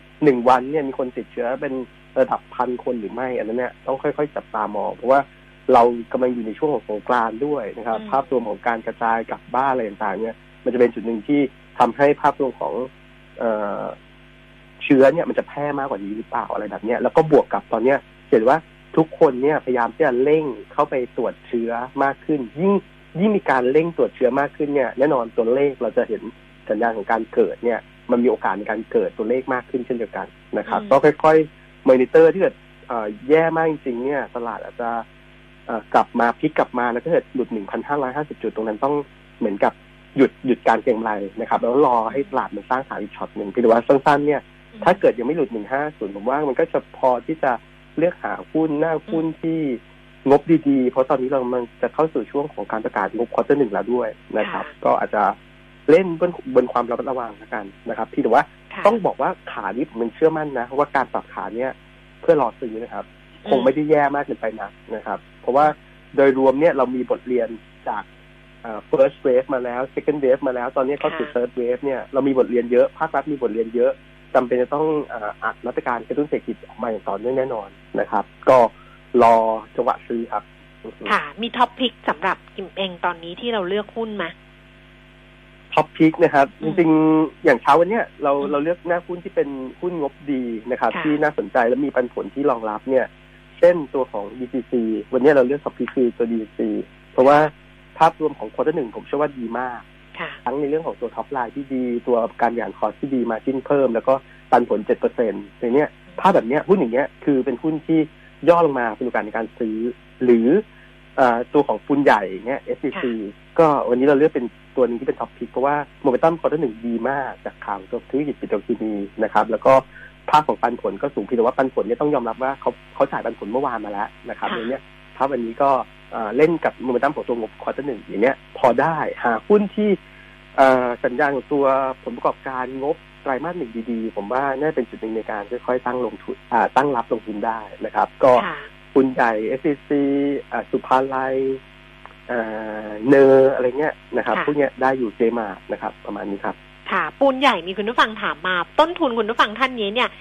1วันเนี่ยมีคนติดเชื้อเป็นระดับ1,000 คนหรือไม่อันนั้นเนี่ยต้องค่อยๆจับตามองเพราะว่าเรากำลังอยู่ในช่วงของสงกรานต์ด้วยนะครับภาพรวมของการกระจายกลับบ้านอะไรต่างๆเนี่ยมันจะเป็นจุดหนึ่งที่ทำให้ภาพรวมของเชื้อเนี่ยมันจะแพร่มากกว่านี้หรือเปล่าอะไรแบบนี้แล้วก็บวกกับตอนนี้เห็นว่าทุกคนเนี่ยพยายามที่จะเร่งเข้าไปตรวจเชื้อมากขึ้นยิ่งมีการเร่งตรวจเชื้อมากขึ้นเนี่ยแน่นอนตัวเลขเราจะเห็นสัญญาณของการเกิดเนี่ยมันมีโอกาสในการเกิดตัวเลขมากขึ้นเช่นเดียวกันนะครับก็ค่อยๆมอนิเตอร์ที่เกิดแย่มากจริงๆเนี่ยตลาดอาจจะกลับมาพลิกกลับมาแล้วก็เกิดหลุด 1,550 จุดตรงนั้นต้องเหมือนกับหยุดการเก็งกำไรนะครับแล้วรอให้ตลาดมันสร้างฐานอีกช็อตหนึ่งคือว่าสั้นๆเนี่ยถ้าเกิดยังไม่หลุด 150 ผมว่ามันก็จะพอที่จะเลือกหาหุ้นหน้าหุ้นที่งบดีๆเพราะตอนนี้เรามันจะเข้าสู่ช่วงของการประกาศงบควอเตอร์ 1แล้วด้วยนะครับก็อาจจะเล่นบนความระมัดระวังแล้วกันนะครับพี่แต่ว่าต้องบอกว่าขานี้ผมเชื่อมั่นนะว่าการปรับขาเนี่ยเพื่อรอซื้อนะครับคงไม่ได้แย่มากเกินไปนักนะครับเพราะว่าโดยรวมเนี่ยเรามีบทเรียนจากfirst wave มาแล้ว second wave มาแล้วตอนนี้เข้าสู่ third wave เนี่ยเรามีบทเรียนเยอะภาครัฐมีบทเรียนเยอะจำเป็นจะต้องอัดมาตรการกระตุ้นเศรษฐกิจออกมาอย่างต่อเนื่องแน่นอนนะครับก็รอจังหวะซื้อครับค่ะมีท็อปพิกสำหรับกิมเองตอนนี้ที่เราเลือกหุ้นมาท็อปพิกนะครับจริงๆอย่างเช้าวันนี้เราเลือกหน้าหุ้นที่เป็นหุ้นงบดีนะครับที่น่าสนใจและมีปันผลที่รองรับเนี่ยเช่นตัวของ DCC วันนี้เราเลือกท็อปพิกคือตัว DCC เพราะว่าภาพรวมของควอเตอร์ 1ผมเชื่อว่าดีมากทั้งในเรื่องของตัวท็อปไลน์ที่ดีตัวการบริหารคอสที่ดีมาร์จิ้นเพิ่มแล้วก็ปันผล 7% ในเนี้ยภาพแบบเนี้ยหุ้นอย่างเงี้ยคือเป็นหุ้นที่ย่อลงมาเป็นโอกาสในการซื้อหรือตัวของปูนใหญ่เงี้ย SCC ก็วันนี้เราเลือกเป็นตัวนึงที่เป็นท็อปพิกเพราะว่าโมเมนตัมควอเตอร์ 1ดีมากจากข่าวตัวธุรกิจปิโตรเคมีนะครับแล้วก็ภาพของปันผลก็สูงเพียงแต่ว่าปันผลเนี่ยต้องยอมรับว่าเขาจ่ายปันผลเมื่อวานมาแล้วนะครับในเนี้ยภาพวันนี้ก็เล่นกับโมเมนตัมของตัวงบควอเตอร์ 1อย่างเนี้ยพอได้หาหุ้นที่สัญญาณของตัวผลประกอบการงบไตรมาส 1ดีๆผมว่าน่าเป็นจุดหนึ่งในการค่อยๆตั้งลงทุนตั้งรับลงทุนได้นะครับก็หุ้นใหญ่ SCC สุภาลัยเนออะไรเงี้ยนะครับพวกเนี้ยได้อยู่เจมานะครับประมาณนี้ครับค่ะปูนใหญ่มีคุณผู้ฟังถามมาต้นทุนคุณผู้ฟังท่านนี้เนี่ย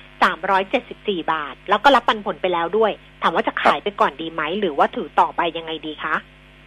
374 บาทแล้วก็รับปันผลไปแล้วด้วยถามว่าจะขายไปก่อนดีไหมหรือว่าถือต่อไปยังไงดีคะ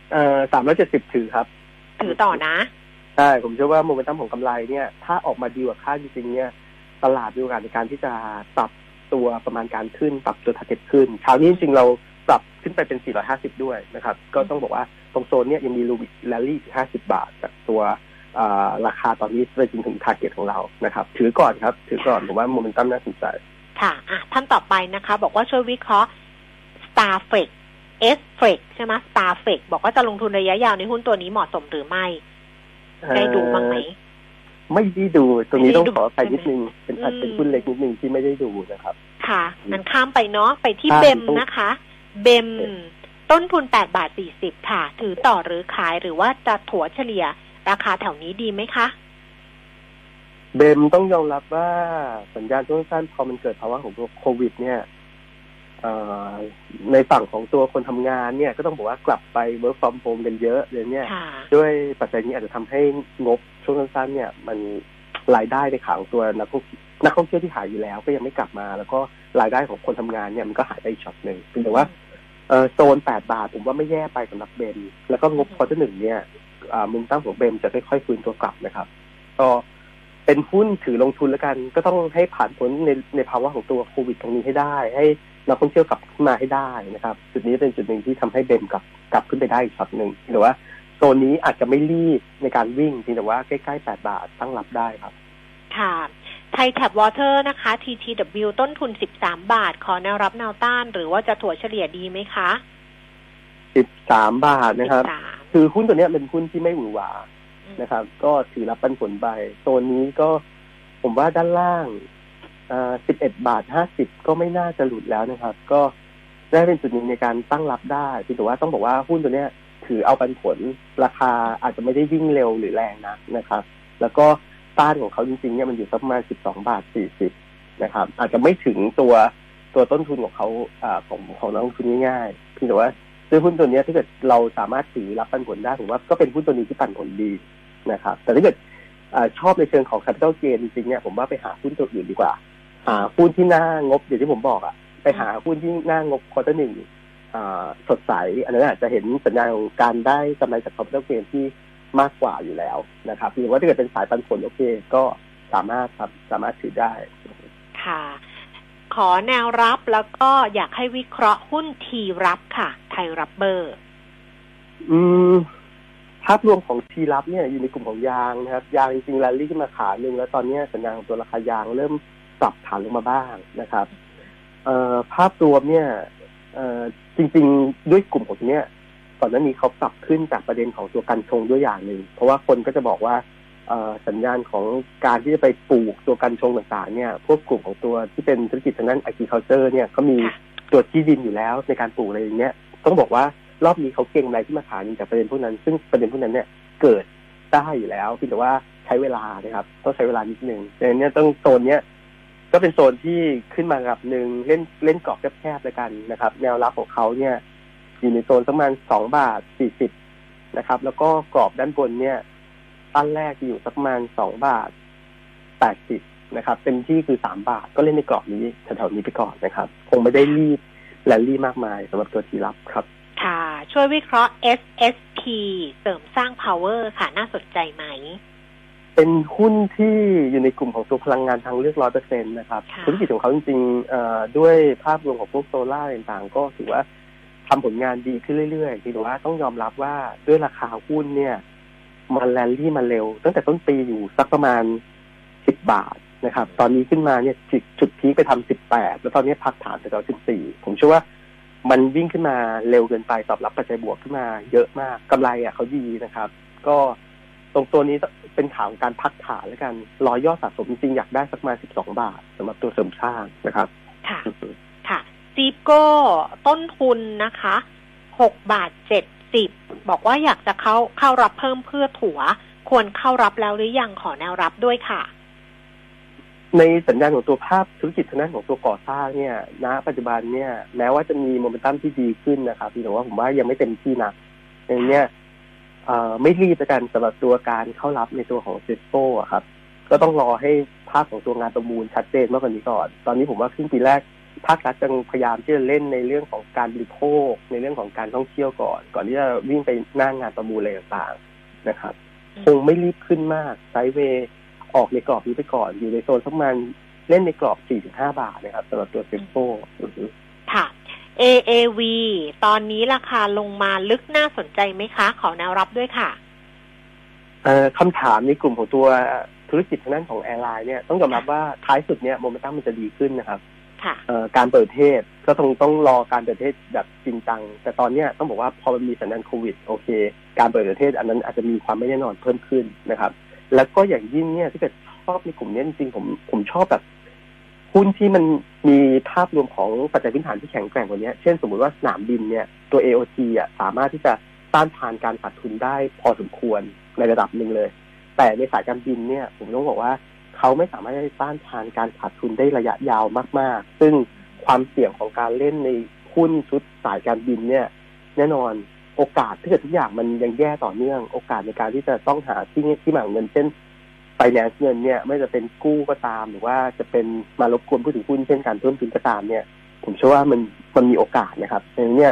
370ถือครับถือต่อนะใช่ผมเชื่อว่าโมเมนตัมของกำไรเนี่ยถ้าออกมาดีกว่าคาดจริงๆเนี่ยตลาดมีโอกาสในการที่จะปรับตัวประมาณการขึ้นปรับตัว target ขึ้นเช้านี้จริงๆเราปรับขึ้นไปเป็น450ด้วยนะครับก็ต้องบอกว่าตรงโซนเนี่ยยังมีลูบิแลลี่50 บาทจากตัวราคาตอนนี้ไปจนถึง target ของเรานะครับถือก่อนครับถือก่อนผมว่าโมเมนตัมน่าสนใจค่ะท่านต่อไปนะคะบอกว่าช่วยวิเคราะห์ Starflex S-Flex ใช่ไหม Starflex บอกว่าจะลงทุนระยะยาวในหุ้นตัวนี้เหมาะสมหรือไม่ได้ดูบ้างไหมไม่ได้ดูตรงนี้ต้องขอไปนิดนึงเป็นอาจเป็นหุ้นเล็กนิดนึงที่ไม่ได้ดูนะครับค่ะงั้นข้ามไปเนาะไปที่เบมนะคะเบมต้นทุน8.40 ค่ะถือต่อหรือขายหรือว่าจะถัวเฉลี่ยราคาแถวนี้ดีไหมคะเบมต้องยอมรับว่าสัญญาณช่วงสั้นพอมันเกิดภาวะของโควิดเนี่ยในฝั่งของตัวคนทำงานเนี่ยก็ต้องบอกว่ากลับไป work from home กันเยอะเลยเนี่ยด้วยปัจจัยนี้อาจจะทำให้งบช่วงสั้นๆเนี่ยมันรายได้ในขาของตัวนักท่องเที่ยวที่หายอยู่แล้วก็ยังไม่กลับมาแล้วก็รายได้ของคนทำงานเนี่ยมันก็หายไปอีกช็อตนึงแต่ว่าโซน8 บาทผมว่าไม่แย่ไปสำหรับเบมแล้วก็งบควอเตอร์ 1เนี่ยมุมตั้งของเบมจะค่อยๆฟื้นตัวกลับนะครับก็เป็นหุ้นถือลงทุนแล้วกันก็ต้องให้ผ่านพ้นในภาวะของตัวโควิดตรงนี้ให้ได้ให้นักท่องเที่ยวกลับขึ้นมาให้ได้นะครับจุดนี้เป็นจุดหนึ่งที่ทำให้เบมกลับขึ้นไปได้อีกช็อตหนึ่งหรือว่าโซนนี้อาจจะไม่รีบในการวิ่งเพียงแต่ว่าใกล้ๆ8 บาทตั้งรับได้ครับค่ะไทยแท็บวอเตอร์นะคะ TTW ต้นทุน13 บาทขอแนวรับแนวต้านหรือว่าจะถัวเฉลี่ยดีไหมคะ 13 บาทนะครับคือหุ้นตัวนี้เป็นหุ้นที่ไม่หวือหวานะครับก็ถือรับปันผลไปโซนนี้ก็ผมว่าด้านล่าง11 บาท 50ก็ไม่น่าจะหลุดแล้วนะครับก็ได้เป็นจุดหนึ่งในการตั้งรับได้แต่ว่าต้องบอกว่าหุ้นตัวนี้ถือเอาปันผลราคาอาจจะไม่ได้วิ่งเร็วหรือแรงนะครับแล้วก็ต้านของเขาจริงๆเนี่ยมันอยู่ประมาณ12 บาท 40นะครับอาจจะไม่ถึงตัวต้นทุนของเขาของนักลงทุนง่ายๆแต่ว่าด้วยหุ้นตัวนี้ถ้าเกิดเราสามารถถือรับปันผลได้ผมว่าก็เป็นหุ้นตัวนี้ที่ปันผลดีนะครับแต่ถ้าเกิดชอบในเชิงของ capital gain จริงๆเนี่ยผมว่าไปหาหุ้นตัวอื่นดีกว่าหาหุ้นที่หน้างบอย่างที่ผมบอกไปหาหุ้นที่หน้างบควอเตอร์ 1สดใสอันนั้นอาจจะเห็นสัญญาณของการได้กำไรจาก capital gain ที่มากกว่าอยู่แล้วนะครับหรือว่าถ้าเกิดเป็นสายปันผลโอเคก็สามารถถือได้ค่ะขอแนวรับแล้วก็อยากให้วิเคราะห์หุ้นทีรับค่ะไทยรับเบอร์ภาพรวมของทีรับเนี่ยอยู่ในกลุ่มของยางนะครับยางจริงๆแรลลี่ขึ้นมาขาหนึ่งแล้วตอนนี้สัญญาณของตัวราคายางเริ่มปรับฐานลงมาบ้างนะครับภาพรวมเนี่ยจริงๆด้วยกลุ่มของตัวเนี้ยก่อนหน้านี้เขาปรับขึ้นจากประเด็นของตัวกันชงด้วยอย่างหนึ่งเพราะว่าคนก็จะบอกว่าสัญญาณของการที่จะไปปลูกตัวกันชงต่างๆเนี่ยพวกกลุ่มของตัวที่เป็นธุรกิจทางด้าน agriculture เนี่ยเขามีตัวที่ดินอยู่แล้วในการปลูกอะไรอย่างเงี้ยต้องบอกว่ารอบนี้เขาเก่งอะไรที่มาขาจากประเด็นพวกนั้นซึ่งประเด็นพวกนั้นเนี่ยเกิดได้อยู่แล้วเพียงแต่ว่าใช้เวลานะครับต้องใช้เวลานิดนึงแต่เนี่ยต้องโซนเนี้ยก็เป็นโซนที่ขึ้นมากับหนึ่งเล่นกรอบแคบๆเลยกันนะครับแนวรับของเขาเนี่ยอยู่ในโซนประมาณ2 บาท 40นะครับแล้วก็กรอบด้านบนเนี่ยต้านแรกอยู่ประมาณ2 บาท 80นะครับเต็มที่คือ3 บาทก็เล่นในกรอบนี้แถวๆนี้ไปก่อนนะครับคงไม่ได้รีบแรลลี่มากมายสำหรับตัวทีรับครับค่ะช่วยวิเคราะห์ SSP เสริมสร้าง power ค่ะน่าสนใจไหมเป็นหุ้นที่อยู่ในกลุ่มของตัวพลังงานทางเลือก 100% นะครับธุรกิจของเขาจริงๆด้วยภาพรวมของพวกโซล่าต่างๆก็ถือว่าทำผลงานดีขึ้นเรื่อยๆแต่ว่าต้องยอมรับว่าด้วยราคาหุ้นเนี่ยมันแรลลี่มาเร็วตั้งแต่ต้นปีอยู่สักประมาณ10 บาทนะครับตอนนี้ขึ้นมาเนี่ยจุดพีคไปทำ18แล้วตอนนี้พักฐานไปแล้ว14ผมเชื่อว่ามันวิ่งขึ้นมาเร็วเกินไปตอบรับปัจจัยบวกขึ้นมาเยอะมากกำไรเขาดีนะครับก็ตรงตัวนี้เป็นข่าวของการพักฐานแล้วกันรอยอดสะสมจริงๆอยากได้สักมา12 บาทสำหรับตัวเสริมสร้างนะครับค่ะค่ะซีฟโก้ต้นทุนนะคะ6 บาท 70บอกว่าอยากจะเข้ารับเพิ่มเพื่อถัวควรเข้ารับแล้วหรือยังขอแนวรับด้วยค่ะในสัญญาณของตัวภาพธุรกิจทางด้านของตัวก่อสร้างเนี่ยณปัจจุบันเนี่ยแม้ว่าจะมีโมเมนตัมที่ดีขึ้นนะครับแต่ว่าผมว่ายังไม่เต็มที่นะอย่างเนี้ยไม่รีบในการสำหรับตัวการเข้ารับในตัวของเซสโก้ครับก็ต้องรอให้ภาพของตัวงานประมูลชัดเจนมากกว่านี้ก่อนตอนนี้ผมว่าครึ่งปีแรกภาครัฐยังพยายามที่จะเล่นในเรื่องของการบริโภคในเรื่องของการท่องเที่ยวก่อนที่จะวิ่งไปหน้างานประมูลอะไรต่างๆนะครับคงไม่รีบขึ้นมากไซด์เวย์ออกในกรอบนี้ไปก่อนอยู่ในโซนสักประมาณเล่นในกรอบ 4-5 บาทนะครับสำหรับตัวเซสโก้ค่ะ AAV ตอนนี้ราคาลงมาลึกน่าสนใจไหมคะขอแนวรับด้วยค่ะคำถามในกลุ่มของตัวธุรกิจทางด้านของแอร์ไลน์เนี่ยต้องยอมรับว่าท้ายสุดเนี่ยโมเมนตัมมันจะดีขึ้นนะครับการเปิดประเทศก็ต้องรอการเปิดประเทศแบบจริงจังแต่ตอนนี้ต้องบอกว่าพอมันมีสัญญาณโควิดโอเคการเปิดประเทศอันนั้นอาจจะมีความไม่แน่นอนเพิ่มขึ้นนะครับแล้วก็อย่างยิ่งเนี่ยที่เกิดชอบในกลุ่มนี้จริงๆผมชอบแบบหุ้นที่มันมีภาพรวมของปัจจัยพื้นฐานที่แข็งแกร่งกว่านี้เช่นสมมุติว่าสนามบินเนี่ยตัว AOT สามารถที่จะต้านทานการขาดทุนได้พอสมควรในระดับหนึ่งเลยแต่ในสายการบินเนี่ยผมต้องบอกว่าเขาไม่สามารถจะต้านทานการขาดทุนได้ระยะยาวมากๆซึ่งความเสี่ยงของการเล่นในหุ้นชุดสายการบินเนี่ยแน่นอนโอกาสถ้าเกิดทุกอย่างมันยังแย่ต่อเนื่องโอกาสในการที่จะต้องหาที่มาของเงินเช่นไฟแนนซ์เงินเนี่ยไม่จะเป็นกู้ก็ตามหรือว่าจะเป็นมารบกวนผู้ถือหุ้นเช่นการเพิ่มทุนก็ตามเนี่ยผมเชื่อว่ามันมีโอกาสนะครับอย่างนี้เนี่ย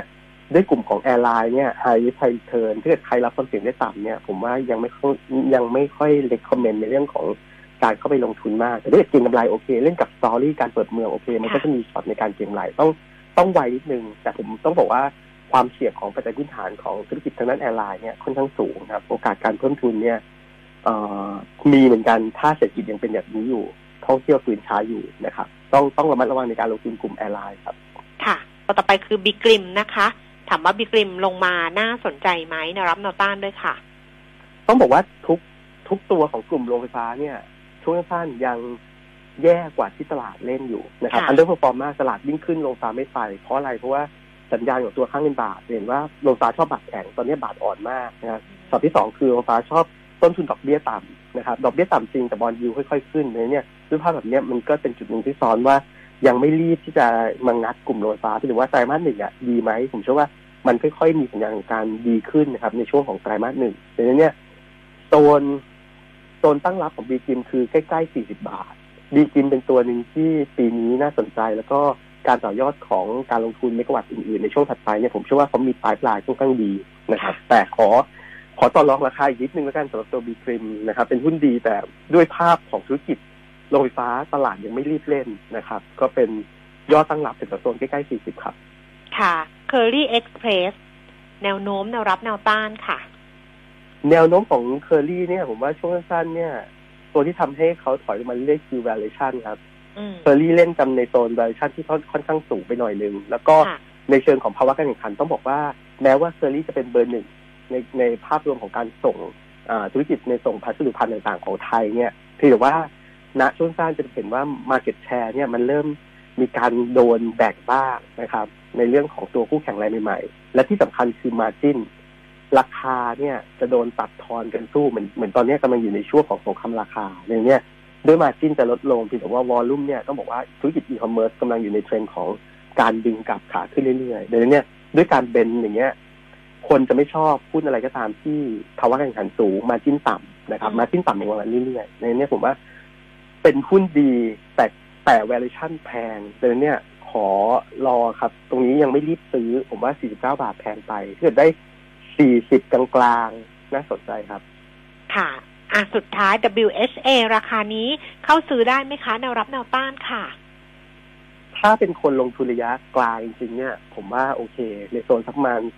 ด้วยกลุ่มของแอร์ไลน์เนี่ย high risk high return ถ้าเกิดใครรับความเสี่ยงได้ต่ำเนี่ยผมว่ายังไม่ค่อย recommend ในเรื่องของการเข้าไปลงทุนมากแต่ถ้าเกิดเก็งกำไรโอเคเล่นกับสตอรี่การเปิดเมืองโอเคมันก็จะมีช็อตในการเก็งกำไรต้องไวนิดนึงแต่ผมต้องบอกว่าความเสี่ยงของปัจจัยพื้นฐานของธุรกิจทางด้านแอร์ไลน์เนี่ยค่อนข้างสูงครับโอกาสการเพิ่มทุนเนี่ยมีเหมือนกันถ้าเศรษฐกิจยังเป็นแบบนี้อยู่ท่องเที่ยวฟื้นช้าอยู่นะครับต้องระมัดระวังในการลงทุนกลุ่มแอร์ไลน์ครับค่ะต่อไปคือบิ๊กริมนะคะถามว่าบิ๊กริมลงมาน่าสนใจไหมแนวรับแนวต้านด้วยค่ะต้องบอกว่าทุกตัวของกลุ่มโรงไฟฟ้าเนี่ยช่วงสั้นยังแย่กว่าที่ตลาดเล่นอยู่นะครับอันเดอร์เพอร์ฟอร์มมากตลาดวิ่งขึ้นโรงไฟฟ้าไม่ไปเพราะอะไรเพราะว่าสัญญาณของตัวค่าเงินบาทเห็นว่าโรงไฟฟ้าชอบบาทแข็งตอนนี้บาทอ่อนมากนะครับช็อตที่2คือโรงไฟฟ้าชอบต้นทุนดอกเบี้ยต่ำนะครับดอกเบี้ยต่ำจริงแต่บอนด์ยิลด์ค่อยๆขึ้นเนี่ยด้วยภาพแบบนี้มันก็เป็นจุดหนึ่งที่ซ้อนว่ายังไม่รีบที่จะมางัดกลุ่มโรงไฟฟ้าหรือว่าไตรมาส 1ดีไหมผมเชื่อว่ามันค่อยๆมีสัญญาณของการดีขึ้นนะครับในช่วงของไตรมาส 1ดังนั้นเนี่ยโซนตั้งรับของบีจิมคือใกล้ๆ40 บาทบีจิมเป็นตัวหนึ่งที่ปีนี้น่าสนใจแล้วก็การต่อยอดของการลงทุนเมกะวัตต์อื่นๆในช่วงถัดไปเนี่ยผมเชื่อว่าเขามีปลายค่อนข้างดีนะครับแต่ขอต่อรองราคาอีกนิดนึงแล้วกันสำหรับตัวบีจิมนะครับเป็นหุ้นดีแต่ด้วยภาพของธุรกิจโรงไฟฟ้าตลาดยังไม่รีบเล่นนะครับก็เป็นยอดตั้งรับถึงโซนใกล้ๆ40ครับค่ะ Curry Express แนวโน้มแนวรับแนวต้านค่ะแนวโน้มของ Curry เนี่ยผมว่าช่วงสั้นๆเนี่ยตัวที่ทำให้เขาถอยลงมาเรื่อยๆคือ valuation ครับ Curry เล่นกันในโซน valuation ที่ค่อนข้างสูงไปหน่อยนึงแล้วก็ในเชิงของภาวะการแข่งขันต้องบอกว่าแม้ว่า Curry จะเป็นเบอร์หนึ่งในภาพรวมของการส่งธุรกิจในส่งพัสดุภัณฑ์ต่างๆของไทยเนี่ยถือว่าณช่วงสั้นจะเห็นว่า market share เนี่ยมันเริ่มมีการโดนแบกบ้างนะครับในเรื่องของตัวคู่แข่งรายใหม่ๆและที่สำคัญคือ margin ราคาเนี่ยจะโดนตัดทอนกันสู้เหมือนตอนนี้กำลังอยู่ในช่วงของสงครามราคาในนี้ด้วย margin จะลดลงเพียงแต่ว่า volume เนี่ยต้องบอกว่าธุรกิจ e-commerce กำลังอยู่ในเทรนด์ของการดึงกลับขาขึ้นเรื่อยๆดังนั้นเนี่ยด้วยการเบนอย่างเงี้ยคนจะไม่ชอบพูดอะไรก็ตามที่ภาวะการแข่งขันสูง margin ต่ำนะครับ margin ต่ำลงมาเรื่อยๆในนี้ผมว่าเป็นหุ้นดีแต่ valuation แพงดังนั้นเนี่ยขอรอครับตรงนี้ยังไม่รีบซื้อผมว่า49 บาทแพงไปถ้าเกิดได้40กลางๆน่าสนใจครับค่ะสุดท้าย WHA ราคานี้เข้าซื้อได้ไหมคะแนวรับแนวต้านค่ะถ้าเป็นคนลงทุนระยะกลางจริงๆเนี่ยผมว่าโอเคในโซนสักประมาณ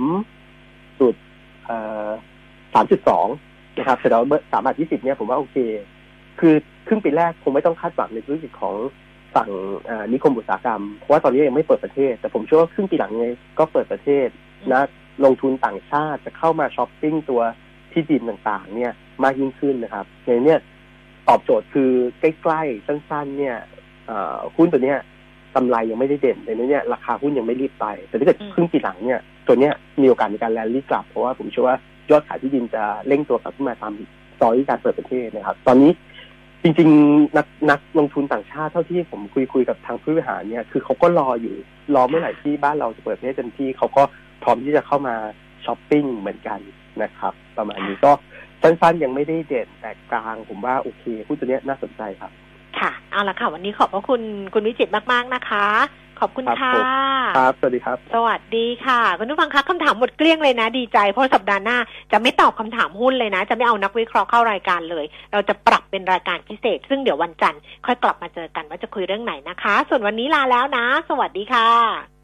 3.2 นะครับแต่เรา3.20เนี่ยผมว่าโอเคคือครึ่งปีแรกคงไม่ต้องคาดหวังในธุรกิจของฝั่งนิคมอุตสาหกรรมเพราะว่าตอนนี้ยังไม่เปิดประเทศแต่ผมเชื่อว่าครึ่งปีหลังเนี่ยก็เปิดประเทศนะลงทุนต่างชาติจะเข้ามาช้อปปิ้งตัวที่ดินต่างๆเนี่ยมากยิ่งขึ้นนะครับในนี้ตอบโจทย์คือใกล้ๆสั้นๆเนี่ยหุ้นตัวเนี้ยกำไรยังไม่ได้เด่นในนี้เนี่ยราคาหุ้นยังไม่รีบไปแต่ถ้าเกิดครึ่งปีหลังเนี่ยตัวเนี้ยมีโอกาสในการแลนด์กลับเพราะว่าผมเชื่อว่ายอดขายที่ดินจะเร่งตัวกลับขึ้นมาตามสตอรี่การเปิดประเทศนะครับตอนนี้จริงๆนักลงทุนต่างชาติเท่าที่ผมคุยกับทางผู้บริหารเนี่ยคือเขาก็รอเมื่อไหร่ที่บ้านเราจะเปิดประเทศเต็มที่เขาก็พร้อมที่จะเข้ามาช้อปปิ้งเหมือนกันนะครับประมาณนี้ก็สั้นๆยังไม่ได้เด่นแต่กลางผมว่าโอเคหุ้นตัวนี้น่าสนใจครับค่ะเอาละค่ะวันนี้ขอบพระคุณวิจิตรมากๆนะคะขอบคุณค่ะครับสวัสดีครับสวัสดีค่ะคุณผู้ฟังคะคำถามหมดเกลี้ยงเลยนะดีใจเพราะสัปดาห์หน้าจะไม่ตอบคำถามหุ้นเลยนะจะไม่เอานักวิเคราะห์เข้ารายการเลยเราจะปรับเป็นรายการพิเศษซึ่งเดี๋ยววันจันทร์ค่อยกลับมาเจอกันว่าจะคุยเรื่องไหนนะคะส่วนวันนี้ลาแล้วนะสวัสดีค่ะ